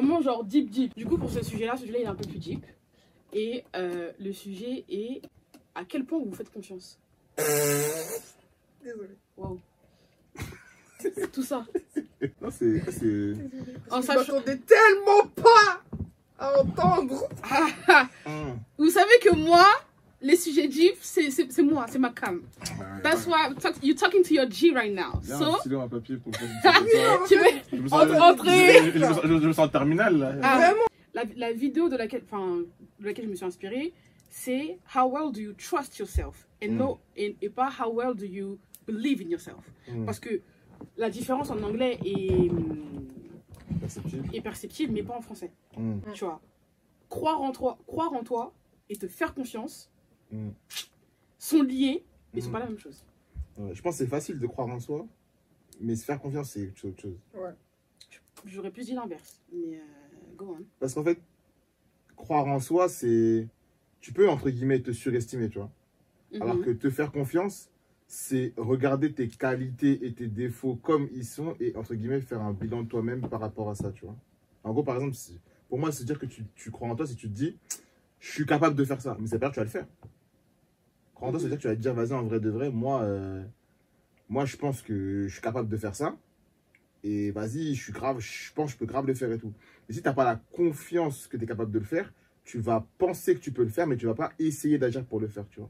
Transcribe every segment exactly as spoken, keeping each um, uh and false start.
vraiment genre deep deep. Du coup pour ce sujet là, ce sujet là il est un peu plus deep. Et euh, le sujet est à quel point vous vous faites confiance. Désolée. Waouh. Tout ça. Non, c'est... c'est... En Je sachant... m'attendais tellement pas à entendre. Mmh. Vous savez que moi, les sujets deep, c'est moi, c'est ma cam. Ouais, That's ouais. why I'm talk you're talking to your G right now. Viens, So, un stylo, un papier pour faire ça. tu veux Je me sens, Entre- je, entrer. je, je, me sens- je- je me sens en terminale là. Ah, Vraiment. la, la vidéo de laquelle, enfin, de laquelle je me suis inspirée, c'est How well do you trust yourself and Mm. no, et, et pas How well do you believe in yourself. Mm. Parce que la différence en anglais est, Perceptible. est perceptible, mais pas en français. Mm. Tu vois, croire en toi, croire en toi et te faire confiance Mm. sont liés, mais ne sont Mm. pas la même chose. Ouais, je pense que c'est facile de croire en soi, mais se faire confiance, c'est autre chose. Ouais. J'aurais plus dit l'inverse, mais euh, go on. Parce qu'en fait, croire en soi, c'est... Tu peux, entre guillemets, te surestimer, tu vois. Alors Mhm. que te faire confiance, c'est regarder tes qualités et tes défauts comme ils sont et, entre guillemets, faire un bilan de toi-même par rapport à ça, tu vois. En gros, par exemple, si- pour moi, c'est dire que tu, tu crois en toi, si tu te dis, je suis capable de faire ça, mais c'est pas que tu vas le faire. Croire en toi, c'est dire que tu vas te dire, vas-y, en vrai de vrai, moi, euh, moi, je pense que je suis capable de faire ça. Et vas-y, je suis grave, je pense que je peux grave le faire et tout. Et si tu n'as pas la confiance que tu es capable de le faire, tu vas penser que tu peux le faire, mais tu vas pas essayer d'agir pour le faire, tu vois.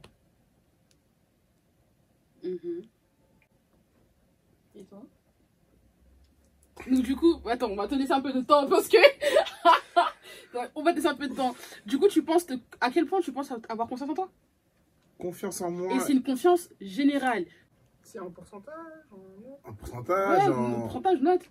Mhm. Et toi? Donc du coup, attends, on va te laisser un peu de temps parce que... Ouais, on va te laisser un peu de temps. Du coup, tu penses, te... à quel point tu penses avoir confiance en toi? Confiance en moi, Et c'est une confiance générale. C'est un pourcentage. un- un pourcentage, Ouais, en... pourcentage, note.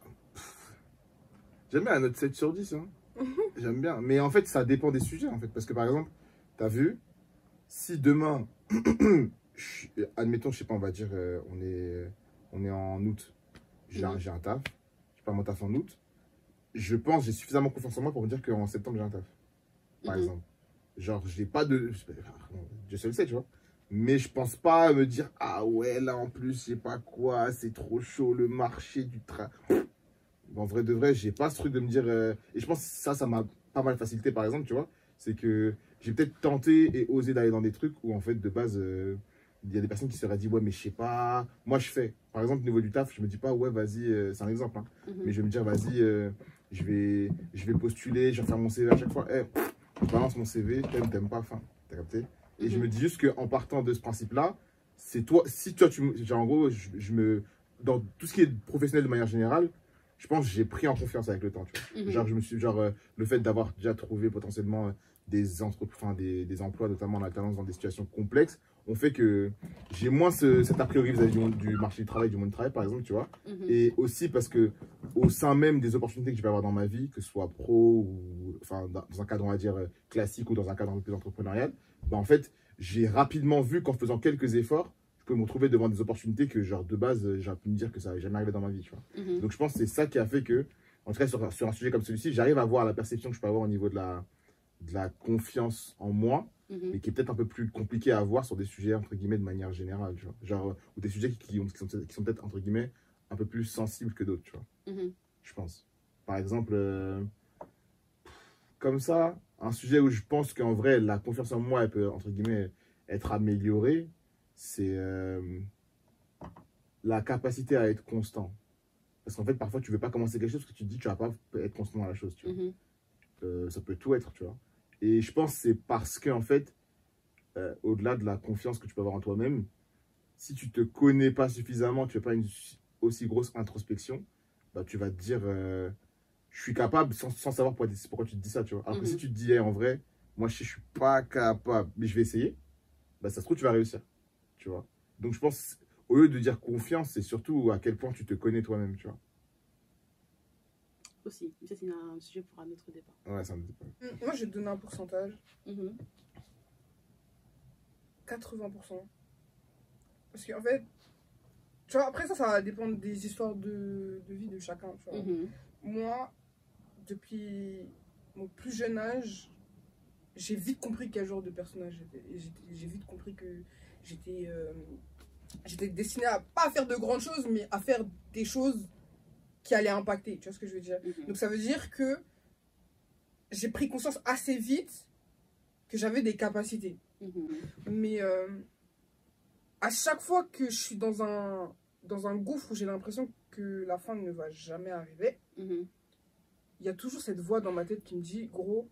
J'aime bien la note sept sur dix, hein. J'aime bien. Mais en fait, ça dépend des sujets, en fait. Parce que, par exemple, tu as vu, si demain, je- admettons, je sais pas, on va dire, euh, on, est, on est en août, j'ai un, Mhm. j'ai un taf, je pars mon taf en août, je pense, j'ai suffisamment confiance en moi pour me dire qu'en septembre, j'ai un taf, par Mhm. exemple. Genre, j'ai pas de... Dieu seul sait, tu vois. Mais je pense pas à me dire, ah ouais, là, en plus, je sais pas quoi, c'est trop chaud, le marché du train... En vrai de vrai, j'ai pas ce truc de me dire... euh, Et je pense que ça, ça m'a pas mal facilité, par exemple, tu vois. C'est que j'ai peut-être tenté et osé d'aller dans des trucs où, en fait, de base, euh, il y a des personnes qui se seraient dit, ouais, mais je sais pas... Moi, je fais. Par exemple, au niveau du taf, je me dis pas, ouais, vas-y, euh, c'est un exemple, hein. Mhm. Mais je vais me dire, vas-y, euh, je, vais, je vais postuler, je vais faire mon C V à chaque fois. Eh, je balance mon C V, t'aimes, t'aimes pas, enfin, t'as capté? Et je Mhm. me dis juste qu'en partant de ce principe-là, c'est toi, si toi, tu me... Genre, en gros, je, je me... Dans tout ce qui est professionnel de manière générale, je pense que j'ai pris en confiance avec le temps, tu vois. Mhm. Genre, je me suis, genre, euh, le fait d'avoir déjà trouvé potentiellement euh, des, entre... enfin, des, des emplois, notamment en alternance dans des situations complexes, ont fait que j'ai moins ce, cet a priori vis-à-vis du, monde- du marché du travail, du monde du travail, par exemple, tu vois. Mhm. Et aussi parce que au sein même des opportunités que je vais avoir dans ma vie, que ce soit pro ou enfin, dans dans un cadre, on va dire, euh, classique ou dans un cadre un peu plus entrepreneurial, bah, en fait, j'ai rapidement vu qu'en faisant quelques efforts, je peux me retrouver devant des opportunités que, genre, de base, euh, j'aurais pu me dire que ça n'allait jamais arrivé dans ma vie, tu vois. Mhm. Donc, je pense que c'est ça qui a fait que, en tout cas, sur, sur un sujet comme celui-ci, j'arrive à voir la perception que je peux avoir au niveau de la, de la confiance en moi, Mhm. mais qui est peut-être un peu plus compliqué à avoir sur des sujets, entre guillemets, de manière générale, tu vois. Genre, euh, ou des sujets qui, qui, ont- qui sont, qui sont peut-être, entre guillemets, un peu plus sensibles que d'autres, tu vois, Mhm. je pense. Par exemple, euh, comme ça, un sujet où je pense qu'en vrai, la confiance en moi, elle peut, entre guillemets, être améliorée, c'est euh, la capacité à être constant. Parce qu'en fait, parfois, tu veux pas commencer quelque chose parce que tu te dis que tu vas pas être constant dans la chose, tu vois. Mhm. Euh, ça peut tout être, tu vois. Et je pense que c'est parce que, en fait, euh, au-delà de la confiance que tu peux avoir en toi-même, si tu te connais pas suffisamment, tu fais pas une aussi grosse introspection, bah, tu vas te dire, euh, je suis capable sans, sans savoir pourquoi, pourquoi tu te dis ça, tu vois. Alors que Mhm. si tu te dis, hey, en vrai, moi, je sais, je suis pas capable, mais je vais essayer, bah, ça se trouve, tu vas réussir, tu vois. Donc, je pense, au lieu de dire confiance, c'est surtout à quel point tu te connais toi-même, tu vois. Aussi, mais ça c'est un sujet pour un autre débat. Ouais, ça me dit pas. Mm, Moi, je vais te donner un pourcentage. Mhm. quatre-vingts pour cent. Parce qu'en fait, tu vois, après ça, ça va dépendre des histoires de, de vie de chacun, tu vois. Mhm. Moi, depuis mon plus jeune âge, j'ai vite compris quel genre de personnage j'étais. Et j'étais- J'ai vite compris que j'étais euh, j'étais destinée à pas faire de grandes choses, mais à faire des choses qui allaient impacter. Tu vois ce que je veux dire? Mhm. Donc ça veut dire que j'ai pris conscience assez vite que j'avais des capacités. Mhm. Mais euh, à chaque fois que je suis dans un, dans un gouffre où j'ai l'impression que la fin ne va jamais arriver, Mhm. il y a toujours cette voix dans ma tête qui me dit, gros,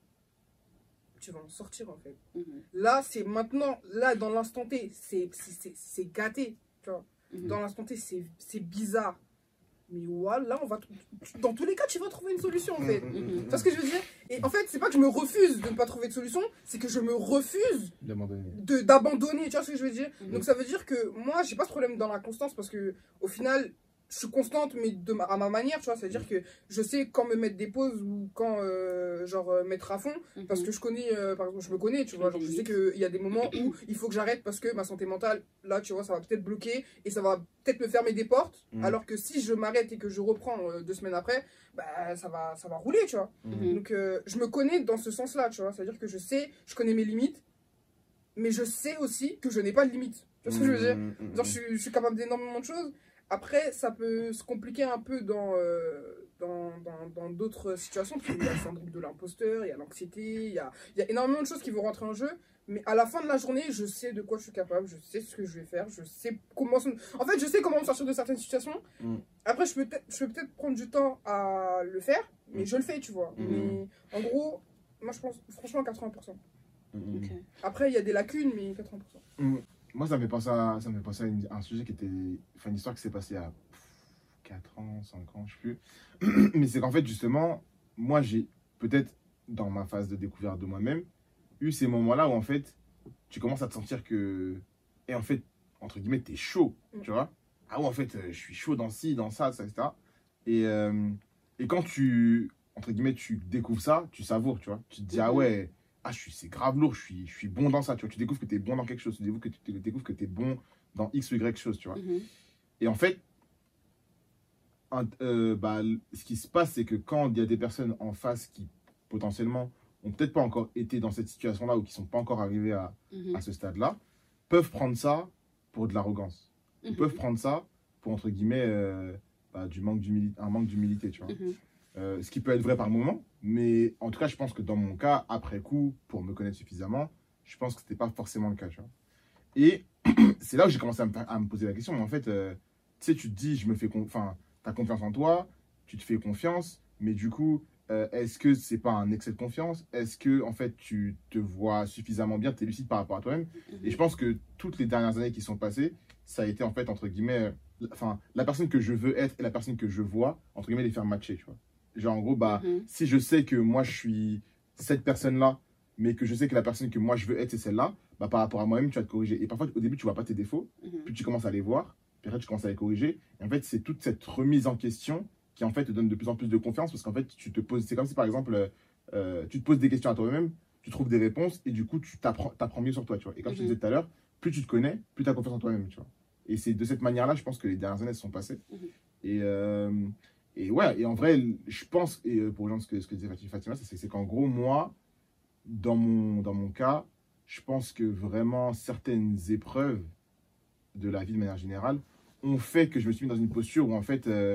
tu vas en sortir en fait. Mhm. Là, c'est maintenant, là, dans l'instant T, c'est c'est- c'est gâté, tu vois. Mhm. Dans l'instant T, c'est c'est bizarre. Mais ouais, là, on va... Dans tous les cas, tu vas trouver une solution, en fait. Mhm. Tu vois ce que je veux dire? Et en fait, c'est pas que je me refuse de ne pas trouver de solution, c'est que je me refuse D'abandonner. de- d'abandonner, tu vois ce que je veux dire? Mhm. Donc ça veut dire que moi, j'ai pas ce problème dans la constance, parce que au final, je suis constante, mais de ma- à ma manière, tu vois. C'est-à-dire que je sais quand me mettre des pauses ou quand, euh, genre, euh, mettre à fond, parce que je connais, euh, par exemple, je me connais, tu vois. Genre, je sais qu'il y a des moments où il faut que j'arrête parce que ma santé mentale, là, tu vois, ça va peut-être bloquer et ça va peut-être me fermer des portes. Mhm. Alors que si je m'arrête et que je reprends euh, deux semaines après, bah, ça va, ça va rouler, tu vois. Mhm. Donc, euh, je me connais dans ce sens-là, tu vois. C'est-à-dire que je sais, je connais mes limites, mais je sais aussi que je n'ai pas de limites. Tu vois ce que je veux dire? Mhm. Genre, je, suis- je suis capable d'énormément de choses. Après, ça peut se compliquer un peu dans euh, dans dans- dans d'autres situations, parce qu'il y a le syndrome de l'imposteur, il y a l'anxiété, il y a, il y a énormément de choses qui vont rentrer en jeu. Mais à la fin de la journée, je sais de quoi je suis capable, je sais ce que je vais faire, je sais comment... En fait, je sais comment me sortir de certaines situations. Mm. Après, je peux peut-être je peux peut-être prendre du temps à le faire, mais Mm. je le fais, tu vois. Mm. Mais en gros, moi, je pense, franchement, quatre-vingts pour cent. Mhm. Ok. Après, il y a des lacunes, mais quatre-vingts pour cent. Mhm. Moi, ça me fait penser à, ça me fait penser à une- un sujet qui était. Enfin, une histoire qui s'est passée à quatre ans, cinq ans, je sais plus. Mais c'est qu'en fait, justement, moi, j'ai peut-être, dans ma phase de découverte de moi-même, eu ces moments-là où, en fait, tu commences à te sentir que. Et en fait, entre guillemets, t'es chaud, tu vois. Ah ouais, en fait, euh, je suis chaud dans ci, dans ça, ça, et cetera. Et, euh, et quand tu, entre guillemets, tu découvres ça, tu savoures, tu vois. Tu te dis, ah Mhm. ouais, ah, je suis, c'est grave lourd, je suis, je suis bon dans ça, tu vois. Tu découvres que tu es bon dans quelque chose, tu découvres que tu découvres que tu es bon dans X ou Y chose, tu vois. Mhm. Et en fait, un- euh, bah, l- ce qui se passe, c'est que quand il y a des personnes en face qui, potentiellement, ont peut-être pas encore été dans cette situation-là ou qui sont pas encore arrivées à, Mhm. à ce stade-là, peuvent prendre ça pour de l'arrogance. Ils Mhm. peuvent prendre ça pour, entre guillemets, euh, bah, du manque d'humilité, un manque d'humilité, tu vois. Mhm. Euh, ce qui peut être vrai par moment, mais en tout cas, je pense que dans mon cas, après coup, pour me connaître suffisamment, je pense que c'était pas forcément le cas, tu vois. Et c'est là où j'ai commencé à me, à me poser la question, mais en fait, euh, tu sais, tu te dis, je me fais, con- enfin, t'as confiance en toi, tu te fais confiance, mais du coup, euh, est-ce que c'est pas un excès de confiance? Est-ce que, en fait, tu te vois suffisamment bien, tu es lucide par rapport à toi-même? Et je pense que toutes les dernières années qui sont passées, ça a été, en fait, entre guillemets, euh, enfin, la personne que je veux être et la personne que je vois, entre guillemets, les faire matcher, tu vois. Genre, en gros, bah, Mhm. si je sais que moi, je suis cette personne-là, mais que je sais que la personne que moi, je veux être, c'est celle-là, bah, par rapport à moi-même, tu vas te corriger. Et parfois, au début, tu vois pas tes défauts, Mhm. puis tu commences à les voir, puis après, tu commences à les corriger. Et en fait, c'est toute cette remise en question qui, en fait, te donne de plus en plus de confiance, parce qu'en fait, tu te poses, c'est comme si, par exemple, euh, euh, tu te poses des questions à toi-même, tu trouves des réponses, et du coup, tu t'apprends, t'apprends mieux sur toi, tu vois. Et comme je te Mhm. disais tout à l'heure, plus tu te connais, plus tu as confiance en toi-même, tu vois. Et c'est de cette manière-là, je pense que les dernières années se sont passées. Mhm. Et, euh, et ouais, et en vrai, je pense, et euh, pour rejoindre ce que, ce que disait Fatima, c'est c'est qu'en gros, moi, dans mon, dans mon cas, je pense que vraiment certaines épreuves de la vie de manière générale ont fait que je me suis mis dans une posture où en fait, euh,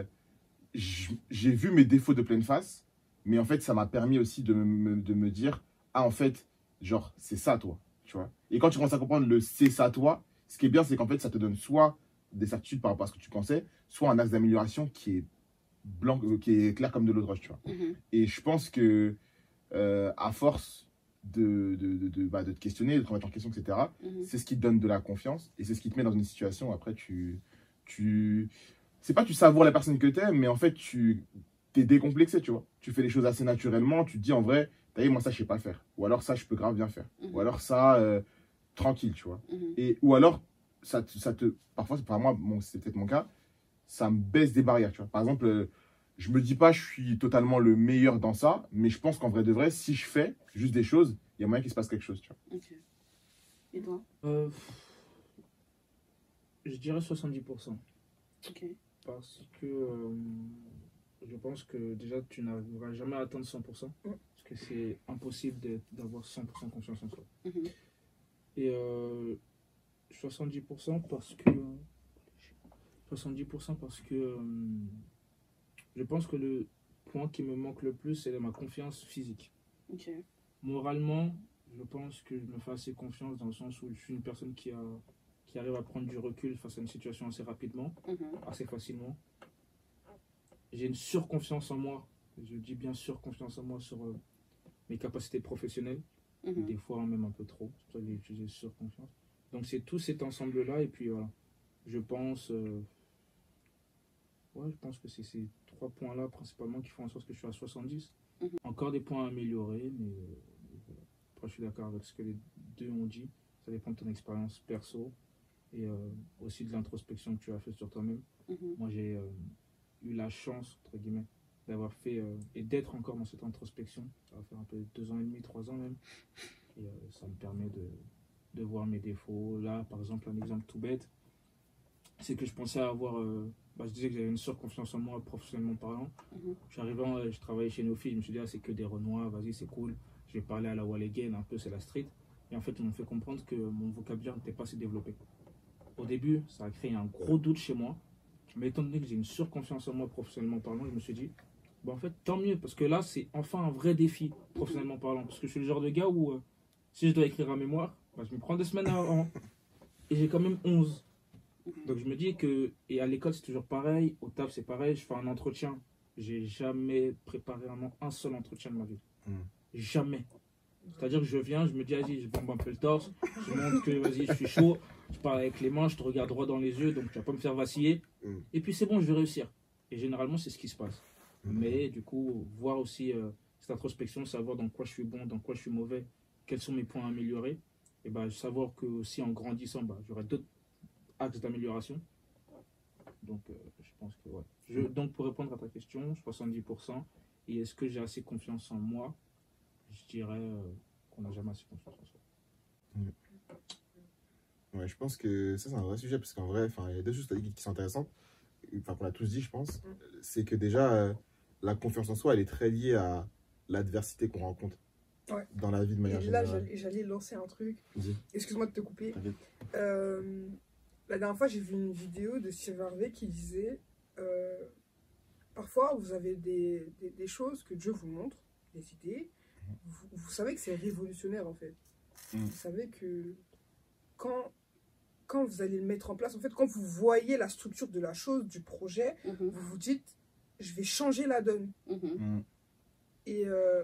j- j'ai vu mes défauts de pleine face, mais en fait, ça m'a permis aussi de me, de me dire, ah en fait, genre, c'est ça toi, tu vois. Et quand tu commences à comprendre le c'est ça toi, ce qui est bien, c'est qu'en fait, ça te donne soit des certitudes par rapport à ce que tu pensais, soit un axe d'amélioration qui est blanc, euh, qui est clair comme de l'eau de roche, tu vois. Mhm. Et je pense que euh, à force de, de, de, de, bah, de te questionner, de te remettre en question, et cetera, Mhm. c'est ce qui te donne de la confiance et c'est ce qui te met dans une situation où après tu. tu c'est pas que tu savoures la personne que tu es, mais en fait tu t'es décomplexé, tu vois. Tu fais les choses assez naturellement, tu te dis en vrai, t'as vu, moi ça je sais pas faire. Ou alors ça je peux grave bien faire. Mhm. Ou alors ça, euh, tranquille, tu vois. Mhm. Et, ou alors, ça, te- ça te. Parfois, c'est- par moi, bon, c'est peut-être mon cas, ça me baisse des barrières, tu vois. Par exemple, euh, je me dis pas je suis totalement le meilleur dans ça, mais je pense qu'en vrai de vrai, si je fais juste des choses, il y a moyen qu'il se passe quelque chose, tu vois. Ok. Et toi? Euh, je dirais soixante-dix pour cent. Ok. Parce que euh, je pense que déjà tu n'arriveras jamais à atteindre cent pour cent. Parce que c'est impossible d'être- d'avoir cent pour cent confiance en soi. Mhm. Et euh, soixante-dix pour cent parce que. soixante-dix pour cent parce que euh, je pense que le point qui me manque le plus, c'est ma confiance physique. Ok. Moralement, je pense que je me fais assez confiance dans le sens où je suis une personne qui, a, qui arrive à prendre du recul face à une situation assez rapidement, Mhm. assez facilement. J'ai une surconfiance en moi, je dis bien surconfiance en moi sur euh, mes capacités professionnelles, Mhm. des fois même un peu trop, c'est pour ça que j'ai utilisé surconfiance. Donc c'est tout cet ensemble-là, et puis voilà, je pense, euh, ouais, je pense que c'est ces trois points-là principalement qui font en sorte que je suis à soixante-dix. Mhm. Encore des points à améliorer, mais euh, voilà. Après, je suis d'accord avec ce que les deux ont dit. Ça dépend de ton expérience perso et euh, aussi de l'introspection que tu as fait sur toi-même. Mhm. Moi, j'ai euh, eu la chance, entre guillemets, d'avoir fait euh, et d'être encore dans cette introspection. Ça va faire un peu deux ans et demi, trois ans même. Et euh, ça me permet de, de voir mes défauts. Là, par exemple, un exemple tout bête, c'est que je pensais avoir. Euh, bah, je disais que j'avais une surconfiance en moi, professionnellement parlant. Mhm. Je suis arrivé, en- je travaillais chez Nofi, je me suis dit, ah, c'est que des Renois, vas-y, c'est cool. Je vais parler à la Wall Again, un peu, c'est la street. Et en fait, ils m'ont fait comprendre que mon vocabulaire n'était pas assez développé. Au début, ça a créé un gros doute chez moi. Mais étant donné que j'ai une surconfiance en moi, professionnellement parlant, je me suis dit, bah, en fait, tant mieux, parce que là, c'est enfin un vrai défi, professionnellement parlant. Parce que je suis le genre de gars où, euh, si je dois écrire un mémoire, bah, je me prends deux semaines avant. Et j'ai quand même onze. Donc je me dis que, et à l'école c'est toujours pareil, au taf c'est pareil, je fais un entretien. J'ai jamais préparé un, un seul entretien de ma vie. Mm. Jamais. C'est-à-dire que je viens, je me dis, vas-y, je bombe un peu le torse, je montre que, vas-y, je suis chaud, je parle avec les mains, je te regarde droit dans les yeux, donc tu vas pas me faire vaciller. Mm. Et puis c'est bon, je vais réussir. Et généralement c'est ce qui se passe. Mm. Mais du coup, voir aussi euh, cette introspection, savoir dans quoi je suis bon, dans quoi je suis mauvais, quels sont mes points à améliorer, et ben savoir que aussi en grandissant, bah, j'aurai d'autres axes d'amélioration. Donc, euh, je pense que ouais. Je, donc, pour répondre à ta question, soixante-dix pour cent. Et est-ce que j'ai assez confiance en moi? Je dirais euh, qu'on n'a jamais assez confiance en soi. Ouais, je pense que ça, c'est un vrai sujet, parce qu'en vrai, enfin, il y a deux choses que tu as dit qui sont intéressantes, enfin, qu'on a tous dit, je pense. C'est que déjà, euh, la confiance en soi, elle est très liée à l'adversité qu'on rencontre Ouais. dans la vie de manière Et là, générale. j'allais j'allais lancer un truc. Dis. Excuse-moi de te couper. T'inquiète. Euh, la dernière fois, j'ai vu une vidéo de Steve Harvey qui disait euh, parfois, vous avez des, des, des choses que Dieu vous montre, des idées. Vous, vous savez que c'est révolutionnaire, en fait. Mm. Vous savez que quand, quand vous allez le mettre en place, en fait, quand vous voyez la structure de la chose, du projet, Mhm. vous vous dites, je vais changer la donne. Mhm. Mm. Et euh,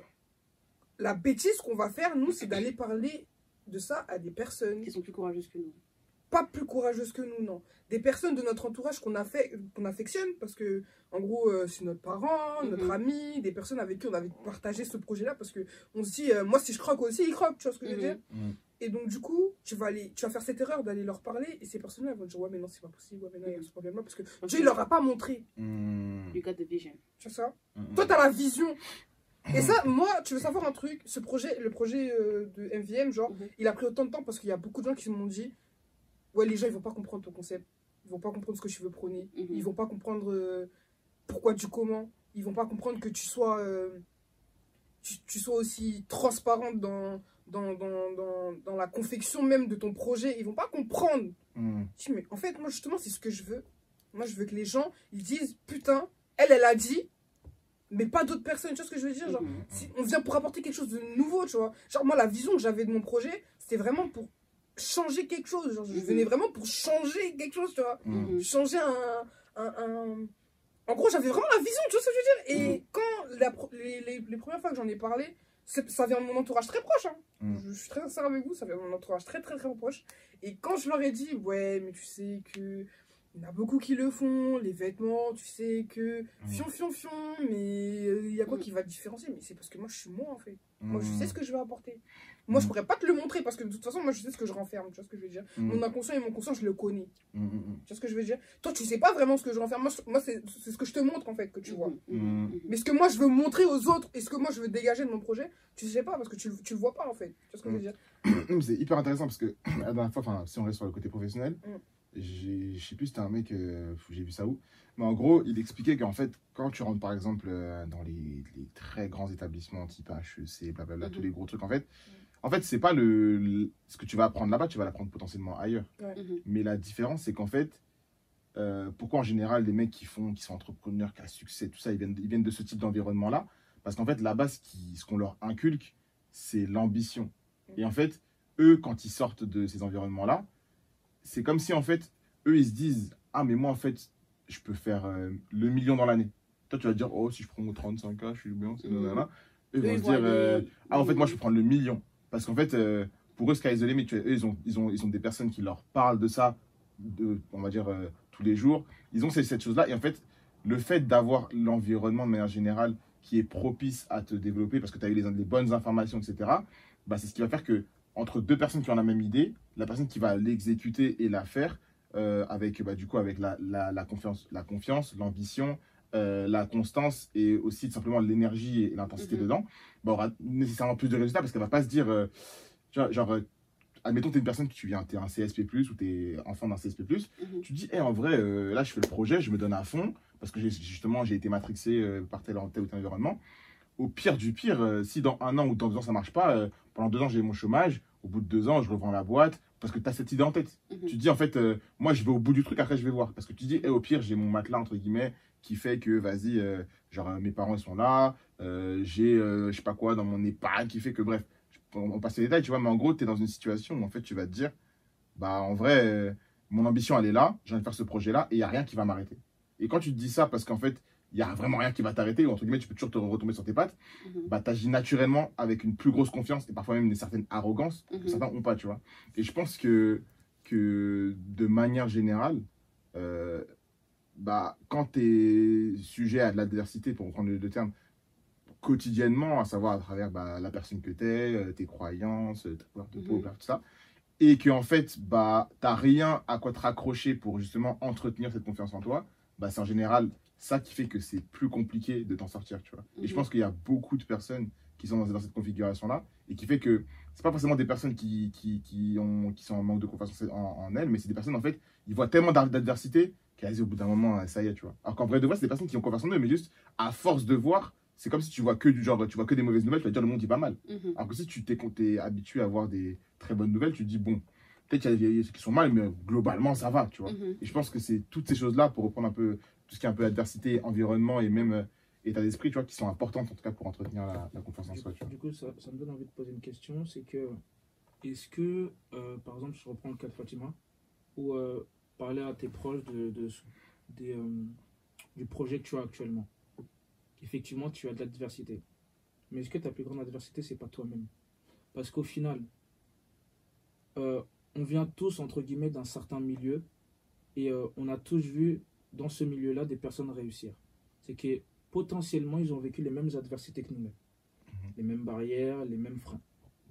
la bêtise qu'on va faire, nous, c'est d'aller parler de ça à des personnes Qui sont plus courageuses que nous. pas plus courageuses que nous, non. Des personnes de notre entourage qu'on a fait, qu'on affectionne, parce que, en gros, euh, c'est notre parent, notre Mhm. ami, des personnes avec qui on avait partagé ce projet-là, parce que on se dit, euh, moi, si je croque aussi, ils croquent, tu vois ce que je veux Mhm. dire? Mm. Et donc, du coup, tu vas, aller, tu vas faire cette erreur d'aller leur parler, et ces personnes-là vont dire, ouais, mais non, c'est pas possible, ouais, mais non, il y a ce problème-là, parce que Ok. Dieu, il leur a pas montré, Mm. You got the vision. tu vois ça? Mm. Toi, t'as la vision. Et ça, moi, tu veux savoir un truc, ce projet, le projet euh, de M V M, genre, Mhm. il a pris autant de temps parce qu'il y a beaucoup de gens qui m'ont dit, ouais, les gens, ils vont pas comprendre ton concept. Ils vont pas comprendre ce que tu veux prôner. Mhm. Ils vont pas comprendre euh, pourquoi du comment. Ils vont pas comprendre que tu sois, euh, tu, tu sois aussi transparente dans, dans, dans, dans, dans la confection même de ton projet. Ils vont pas comprendre. Mm. Je dis, mais en fait, moi, justement, c'est ce que je veux. Moi, je veux que les gens, ils disent, putain, elle, elle a dit, mais pas d'autres personnes. Tu vois ce que je veux dire? Genre, Mhm. si on vient pour apporter quelque chose de nouveau, tu vois. Genre, moi, la vision que j'avais de mon projet, c'était vraiment pour changer quelque chose. Genre, je Mhm. venais vraiment pour changer quelque chose, tu vois. Mm. Mhm. Changer un... un, un... En gros, j'avais vraiment la vision, tu vois ce que je veux dire. Et quand la, pro- les, les, les premières fois que j'en ai parlé, c'est- ça vient de mon entourage très proche. Hein. Mm. Je, je suis très sincère avec vous, ça vient de mon entourage très, très, très proche. Et quand je leur ai dit, ouais, mais tu sais que... Il y en a beaucoup qui le font, les vêtements, tu sais que... Fion, fion, fion, mais euh, il y a quoi Mm. qui va te différencier? Mais c'est parce que moi, je suis moi, en fait. Mm. Moi, je sais ce que je vais apporter. Moi, je Mm. pourrais pas te le montrer parce que de toute façon, moi, je sais ce que je renferme. Tu vois ce que je veux dire? Mm. Mon inconscient et mon conscient, je le connais. Mm. Mm. Tu vois ce que je veux dire? Toi, tu sais pas vraiment ce que je renferme. Moi, je- moi c'est c'est ce que je te montre, en fait, que tu vois. Mhm. Mm. Mhm. Mais ce que moi, je veux montrer aux autres et ce que moi, je veux dégager de mon projet, tu sais pas parce que tu, le- tu le vois pas, en fait. Tu vois ce que je veux dire? Mm. C'est hyper intéressant parce que la dernière fois, enfin, si on reste sur le côté professionnel, Mm. j'ai- je sais plus, c'était un mec, euh, j'ai vu ça où, mais en gros, il expliquait qu'en fait, quand tu rentres par exemple euh, dans les, les très grands établissements type H E C, blablabla, Mhm. tous les gros trucs, en fait, en fait, c'est pas le, le- ce que tu vas apprendre là-bas, tu vas l'apprendre potentiellement ailleurs. Mhm. Mais la différence, c'est qu'en fait, euh, pourquoi en général les mecs qui font, qui sont entrepreneurs, qui ont succès, tout ça, ils viennent, ils viennent de ce type d'environnement-là? Parce qu'en fait, là-bas, ce qui- ce qu'on leur inculque, c'est l'ambition. Et en fait, eux, quand ils sortent de ces environnements-là, c'est comme si, en fait, eux, ils se disent, ah, mais moi, en fait, je peux faire euh, le million dans l'année. Toi, tu vas dire, oh, si je prends trente-cinq K, je suis bien, c'est Mhm. là. Eux, ils vont Eux, se ils dire, vont euh, aller- ah, en fait, moi, je peux prendre le million. Parce qu'en fait, euh, pour eux, Sky is the limit, tu vois, eux, ils ont, ils, ont, ils ont des personnes qui leur parlent de ça, de, on va dire, euh, tous les jours. Ils ont cette, cette chose-là. Et en fait, le fait d'avoir l'environnement de manière générale qui est propice à te développer, parce que tu as eu les, les bonnes informations, et cetera, bah, c'est ce qui va faire que entre deux personnes qui ont la même idée, la personne qui va l'exécuter et la faire, euh, avec, bah, du coup, avec la, la, la confiance, la confiance, l'ambition, euh, la constance et aussi tout simplement l'énergie et l'intensité Mhm. dedans, bah, aura nécessairement plus de résultats parce qu'elle va pas se dire, euh, tu vois, genre, euh, admettons, tu es une personne qui tu viens, tu es un C S P plus, ou tu es enfant d'un C S P plus, Mhm. tu te dis, hey, en vrai, euh, là, je fais le projet, je me donne à fond parce que j'ai- justement, j'ai été matrixé euh, par tel, tel ou tel environnement. Au pire du pire, euh, si dans un an ou dans deux ans ça marche pas, euh, pendant deux ans j'ai mon chômage, au bout de deux ans je revends la boîte parce que tu as cette idée en tête. Mhm. Tu te dis en fait, euh, moi je vais au bout du truc, après je vais voir. Parce que tu te dis, eh, au pire j'ai mon matelas entre guillemets qui fait que vas-y, euh, genre euh, mes parents ils sont là, euh, j'ai euh, je sais pas quoi dans mon épargne qui fait que bref, on, on passe les détails, tu vois, mais en gros tu es dans une situation où en fait tu vas te dire, bah en vrai, euh, mon ambition elle est là, j'ai envie de faire ce projet là et il n'y a rien qui va m'arrêter. Et quand tu te dis ça parce qu'en fait, il n'y a vraiment rien qui va t'arrêter, ou entre guillemets, tu peux toujours te retomber sur tes pattes, Mhm. bah, tu agis naturellement avec une plus grosse confiance et parfois même une certaine arrogance que Mhm. certains n'ont pas, tu vois. Et je pense que, que de manière générale, euh, bah, quand tu es sujet à de l'adversité, pour reprendre le, le terme, quotidiennement, à savoir à travers bah, la personne que tu es, tes croyances, ta couleur de peau, Mhm. tout ça, et que en fait, bah, tu n'as rien à quoi te raccrocher pour justement entretenir cette confiance en toi, bah, c'est en général ça qui fait que c'est plus compliqué de t'en sortir, tu vois. Et je Mhm. pense qu'il y a beaucoup de personnes qui sont dans, dans cette configuration-là et qui fait que c'est pas forcément des personnes qui, qui, qui, ont, qui sont en manque de confiance en, en elles, mais c'est des personnes, en fait, ils voient tellement d'ad- d'adversité qu'elles disent au bout d'un moment, ça y est, tu vois. Alors qu'en vrai de vrai, c'est des personnes qui ont confiance en eux, mais juste à force de voir, c'est comme si tu vois que du genre, tu vois que des mauvaises nouvelles, tu vas te dire le monde est pas mal. Mhm. Alors que si tu t'es t'es habitué à voir des très bonnes nouvelles, tu te dis, bon, peut-être qu'il y a des trucs qui sont mal, mais globalement, ça va, tu vois. Mhm. Et je pense que c'est toutes ces choses-là, pour reprendre un peu tout ce qui est un peu adversité, environnement et même euh, état d'esprit, tu vois, qui sont importantes en tout cas pour entretenir la, la confiance en Du, soi, tu vois. du coup, ça, ça me donne envie de poser une question, c'est que, est-ce que, euh, par exemple, je reprends le cas de Fatima, ou euh, parler à tes proches de, de- des, euh, du projet que tu as actuellement. Effectivement, tu as de l'adversité. Mais est-ce que ta plus grande adversité, c'est pas toi-même? Parce qu'au final, euh, on vient tous, entre guillemets, d'un certain milieu, et euh, on a tous vu dans ce milieu-là des personnes réussir. C'est que potentiellement, ils ont vécu les mêmes adversités que nous-mêmes. Les mêmes barrières, les mêmes freins.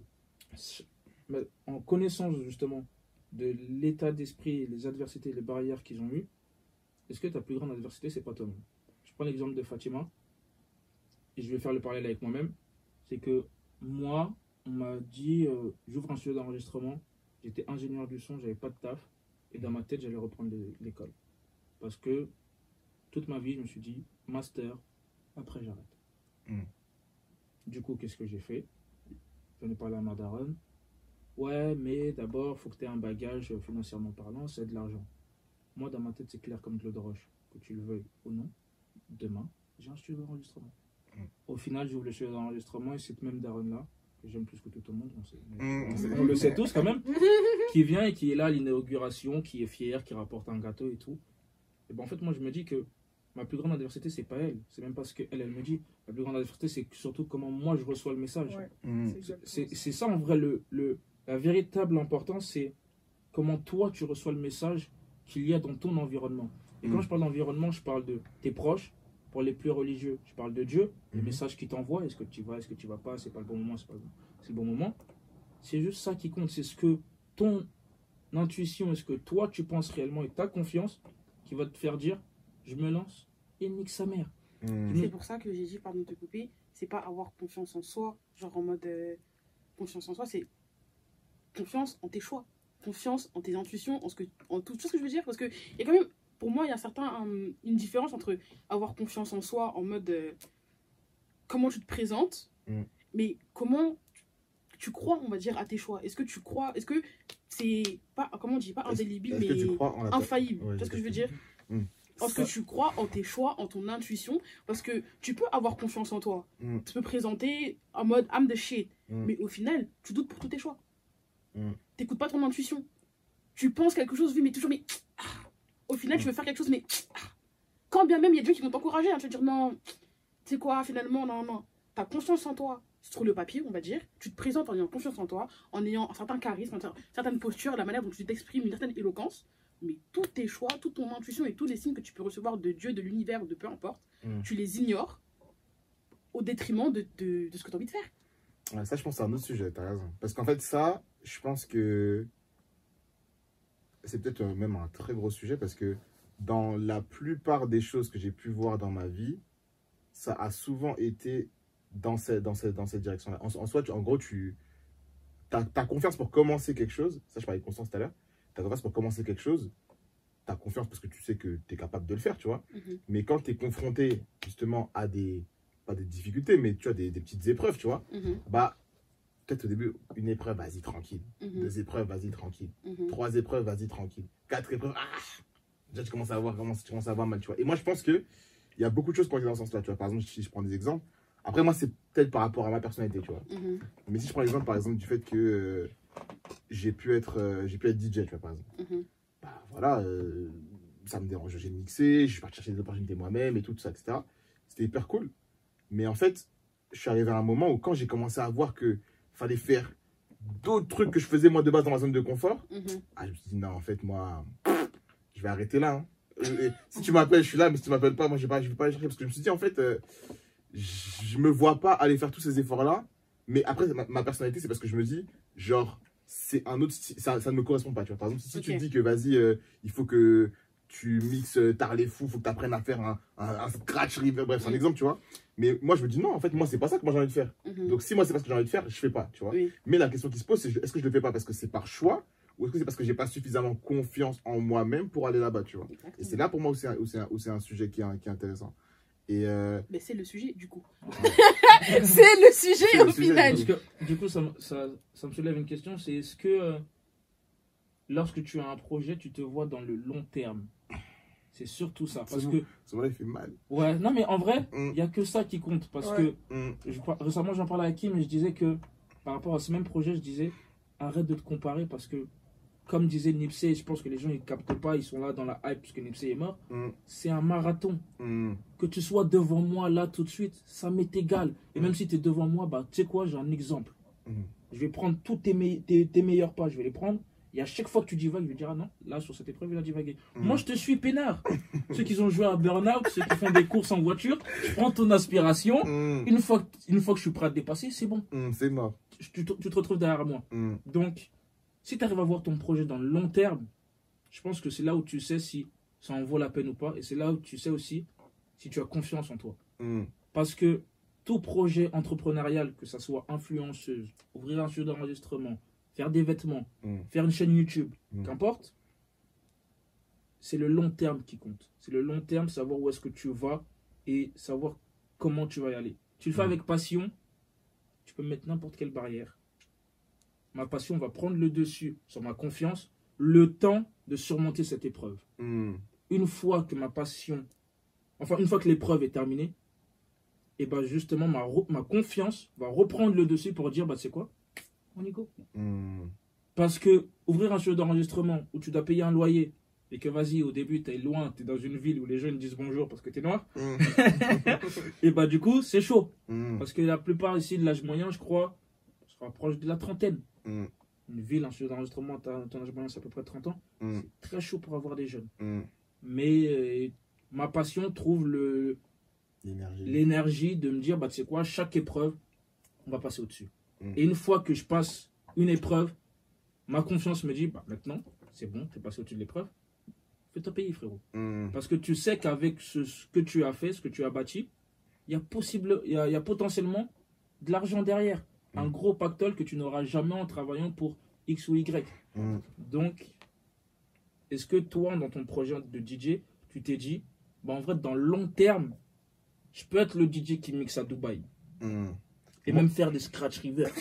Mais en connaissance justement de l'état d'esprit, les adversités, les barrières qu'ils ont eues, est-ce que ta plus grande adversité, c'est pas toi-même? Je prends l'exemple de Fatima, et je vais faire le parallèle avec moi-même. C'est que moi, on m'a dit, euh, j'ouvre un studio d'enregistrement, j'étais ingénieur du son, j'avais pas de taf, et dans ma tête, j'allais reprendre l'école. Parce que toute ma vie, je me suis dit, master, après j'arrête. Mm. Du coup, qu'est-ce que j'ai fait? J'en ai parlé à ma daronne. Ouais, mais d'abord, il faut que tu aies un bagage euh, financièrement parlant, c'est de l'argent. Moi, dans ma tête, c'est clair comme de l'eau de roche, que tu le veuilles ou non. Demain, j'ai un studio d'enregistrement. Mm. Au final, j'ouvre le studio d'enregistrement et cette même daronne-là, que j'aime plus que tout le monde, on, sait, mais Mm. on, on le sait tous quand même, qui vient et qui est là à l'inauguration, qui est fier, qui rapporte un gâteau et tout. Et ben en fait, moi, je me dis que ma plus grande adversité, c'est pas elle. C'est même pas ce qu'elle, elle me dit. La plus grande adversité, c'est surtout comment moi, je reçois le message. Ouais, Mm. c'est exactement C'est ça. c'est ça, en vrai, le, le, la véritable importance, c'est comment toi, tu reçois le message qu'il y a dans ton environnement. Et Mm. quand je parle d'environnement, je parle de tes proches. Pour les plus religieux, je parle de Dieu, les Mhm. messages qu'il t'envoie. Est-ce que tu vas, est-ce que tu vas pas, c'est pas le bon moment, c'est pas le bon, c'est le bon moment. C'est juste ça qui compte. C'est ce que ton intuition, est-ce que toi, tu penses réellement et ta confiance qui va te faire dire, je me lance et nique sa mère. Mm. C'est pour ça que j'ai dit, pardon de te couper, c'est pas avoir confiance en soi, genre en mode euh, confiance en soi, c'est confiance en tes choix, confiance en tes intuitions, en, ce que, en tout, tout ce que je veux dire, parce que il y a quand même, pour moi, il y a certain, un- une différence entre avoir confiance en soi en mode euh, comment tu te présentes, Mm. mais comment tu crois, on va dire, à tes choix. Est-ce que tu crois, est-ce que c'est pas, comment on dit, pas Est-ce- indélébile, est-ce que tu mais crois en la- infaillible, Ouais, tu vois ce que je veux j'ai dire? Mm. Parce que tu crois en tes choix, en ton intuition, parce que tu peux avoir confiance en toi. Mm. Tu peux présenter en mode I'm the shit. Mm. Mais au final, tu doutes pour tous tes choix. Mm. T'écoutes pas ton intuition. Tu penses quelque chose, oui, mais toujours, mais... ah. Au final, Mm. tu veux faire quelque chose, mais... ah. Quand bien même, il y a des gens qui vont t'encourager, hein, tu vas dire, non, tu sais quoi, finalement, non, non. T'as confiance en toi, sur le papier, on va dire. Tu te présentes en ayant confiance en toi, en ayant un certain charisme, une certaine posture, la manière dont tu t'exprimes, une certaine éloquence. Mais tous tes choix, toute ton intuition et tous les signes que tu peux recevoir de Dieu, de l'univers ou de peu importe, Mm. tu les ignores au détriment de, de, de ce que tu as envie de faire. Ouais, ça, je pense que c'est un autre sujet, t'as raison. Parce qu'en fait, ça, je pense que c'est peut-être euh, même un très gros sujet parce que dans la plupart des choses que j'ai pu voir dans ma vie, ça a souvent été dans cette, dans cette, dans cette direction-là. En, en soi, tu, en gros, tu as, confiance pour commencer quelque chose. Ça, je parlais de Constance tout à l'heure. Tu as confiance pour commencer quelque chose. Tu as confiance parce que tu sais que tu es capable de le faire, tu vois. Mm-hmm. Mais quand tu es confronté justement à des, pas des difficultés, mais tu as des, des petites épreuves, tu vois, Mm-hmm. bah, peut-être au début, une épreuve, vas-y, tranquille. Mm-hmm. Deux épreuves, vas-y, tranquille. Mm-hmm. Trois épreuves, vas-y, tranquille. Quatre épreuves, ah déjà, tu commences à avoir, comment, tu commences à avoir mal, tu vois. Et moi, je pense qu'il y a beaucoup de choses qui ont été dans ce sens-là, tu vois. Par exemple, si je prends des exemples, après, moi, c'est peut-être par rapport à ma personnalité, tu vois. Mm-hmm. Mais si je prends l'exemple, par exemple, du fait que euh, j'ai pu être, euh, j'ai pu être D J, tu vois, par exemple. Mm-hmm. Bah, voilà, euh, ça me dérange, j'ai mixé, je suis parti chercher des opportunités moi-même et tout, tout ça, et cetera. C'était hyper cool. Mais en fait, je suis arrivé à un moment où quand j'ai commencé à voir qu'il fallait faire d'autres trucs que je faisais moi de base dans ma zone de confort, Mm-hmm. ah, je me suis dit, non, en fait, moi, je vais arrêter là. Hein. Et, et, si tu m'appelles, je suis là, mais si tu m'appelles pas, moi, je ne vais, vais pas aller chercher. Parce que je me suis dit, en fait, euh, je ne me vois pas aller faire tous ces efforts-là. Mais après, ma, ma personnalité, c'est parce que je me dis, genre, c'est un autre, ça, ça ne me correspond pas. Tu vois. Par exemple, si Okay. tu te dis que, vas-y, euh, il faut que tu mixes tard les fous, il faut que tu apprennes à faire un, un, un scratch river, bref, c'est un Mm. exemple, tu vois. Mais moi, je me dis, non, en fait, moi, c'est pas ça que moi j'ai envie de faire. Mm-hmm. Donc, si moi, c'est pas ce que j'ai envie de faire, je fais pas, tu vois. Oui. Mais la question qui se pose, c'est est-ce que je le fais pas parce que c'est par choix ou est-ce que c'est parce que j'ai pas suffisamment confiance en moi-même pour aller là-bas, tu vois. Exactement. Et c'est là pour moi où c'est un, où c'est un, où c'est un sujet qui est, qui est intéressant. Et euh, Mais c'est le sujet, du coup. ouais. C'est le sujet C'est au le sujet, final. Parce que du coup, ça, me- ça, ça me soulève une question, c'est est-ce que euh, lorsque tu as un projet, tu te vois dans le long terme? C'est surtout ça. Parce C'est que, ce moment-là, il fait mal. ouais, non mais en vrai, Mm, il n'y a que ça qui compte. Parce Ouais. que mm, je par- récemment, j'en parlais avec Kim et je disais que par rapport à ce même projet, je disais arrête de te comparer parce que, comme disait Nipsey, je pense que les gens ils captent pas, ils sont là dans la hype parce que Nipsey est mort. mm, C'est un marathon. mm, Que tu sois devant moi là tout de suite, ça m'est égal. Et Mm. même si tu es devant moi, bah, tu sais quoi, j'ai un exemple. mm. Je vais prendre tous tes, me- tes, tes meilleurs pas, je vais les prendre. Et à chaque fois que tu divagues, je vais dire, ah non, là, sur cette épreuve, il a divagué. Mm. Moi, je te suis peinard. Ceux qui ont joué à Burnout, ceux qui font des courses en voiture, je prends ton aspiration. Mm, Une fois, que- une fois que je suis prêt à te dépasser, c'est bon. mm, c'est mort. Tu, tu te tu te retrouves derrière moi. Mm, Donc, si tu arrives à voir ton projet dans le long terme, je pense que c'est là où tu sais si ça en vaut la peine ou pas. Et c'est là où tu sais aussi si tu as confiance en toi. mm, Parce que tout projet entrepreneurial, que ça soit influenceuse, ouvrir un studio d'enregistrement, faire des vêtements, mm, faire une chaîne YouTube, Mm. qu'importe, c'est le long terme qui compte. C'est le long terme, savoir où est-ce que tu vas et savoir comment tu vas y aller. Tu le fais Mm. avec passion, tu peux mettre n'importe quelle barrière. Ma passion va prendre le dessus sur ma confiance, le temps de surmonter cette épreuve. mm. Une fois que ma passion, enfin une fois que l'épreuve est terminée, et ben justement ma, re- ma confiance va reprendre le dessus pour dire bah c'est quoi, on y go. Mm, Parce que ouvrir un studio d'enregistrement où tu dois payer un loyer et que vas-y au début tu es loin, tu es dans une ville où les gens ils disent bonjour parce que tu es noir, mm, et bah du coup c'est chaud. mm, Parce que la plupart ici de l'âge moyen je crois se rapproche de la trentaine. mm, Une ville, un studio d'enregistrement, t'as- ton âge moyen c'est à peu près trente ans. mm, C'est très chaud pour avoir des jeunes. mm. Mais euh, ma passion trouve le, L'énergie. l'énergie de me dire, bah, tu sais quoi, chaque épreuve, on va passer au-dessus. Mm. Et une fois que je passe une épreuve, ma confiance me dit, bah, maintenant, c'est bon, tu es passé au-dessus de l'épreuve, fais-toi payer, frérot. Mm, Parce que tu sais qu'avec ce, ce que tu as fait, ce que tu as bâti, il y a, possible, il y a, il y a potentiellement de l'argent derrière. Un Mm. gros pactole que tu n'auras jamais en travaillant pour X ou Y. mm. Donc, est-ce que toi, dans ton projet de D J, tu t'es dit, bah, en vrai, dans le long terme, je peux être le D J qui mixe à Dubaï Mm. et Moi- même faire des scratch rivers.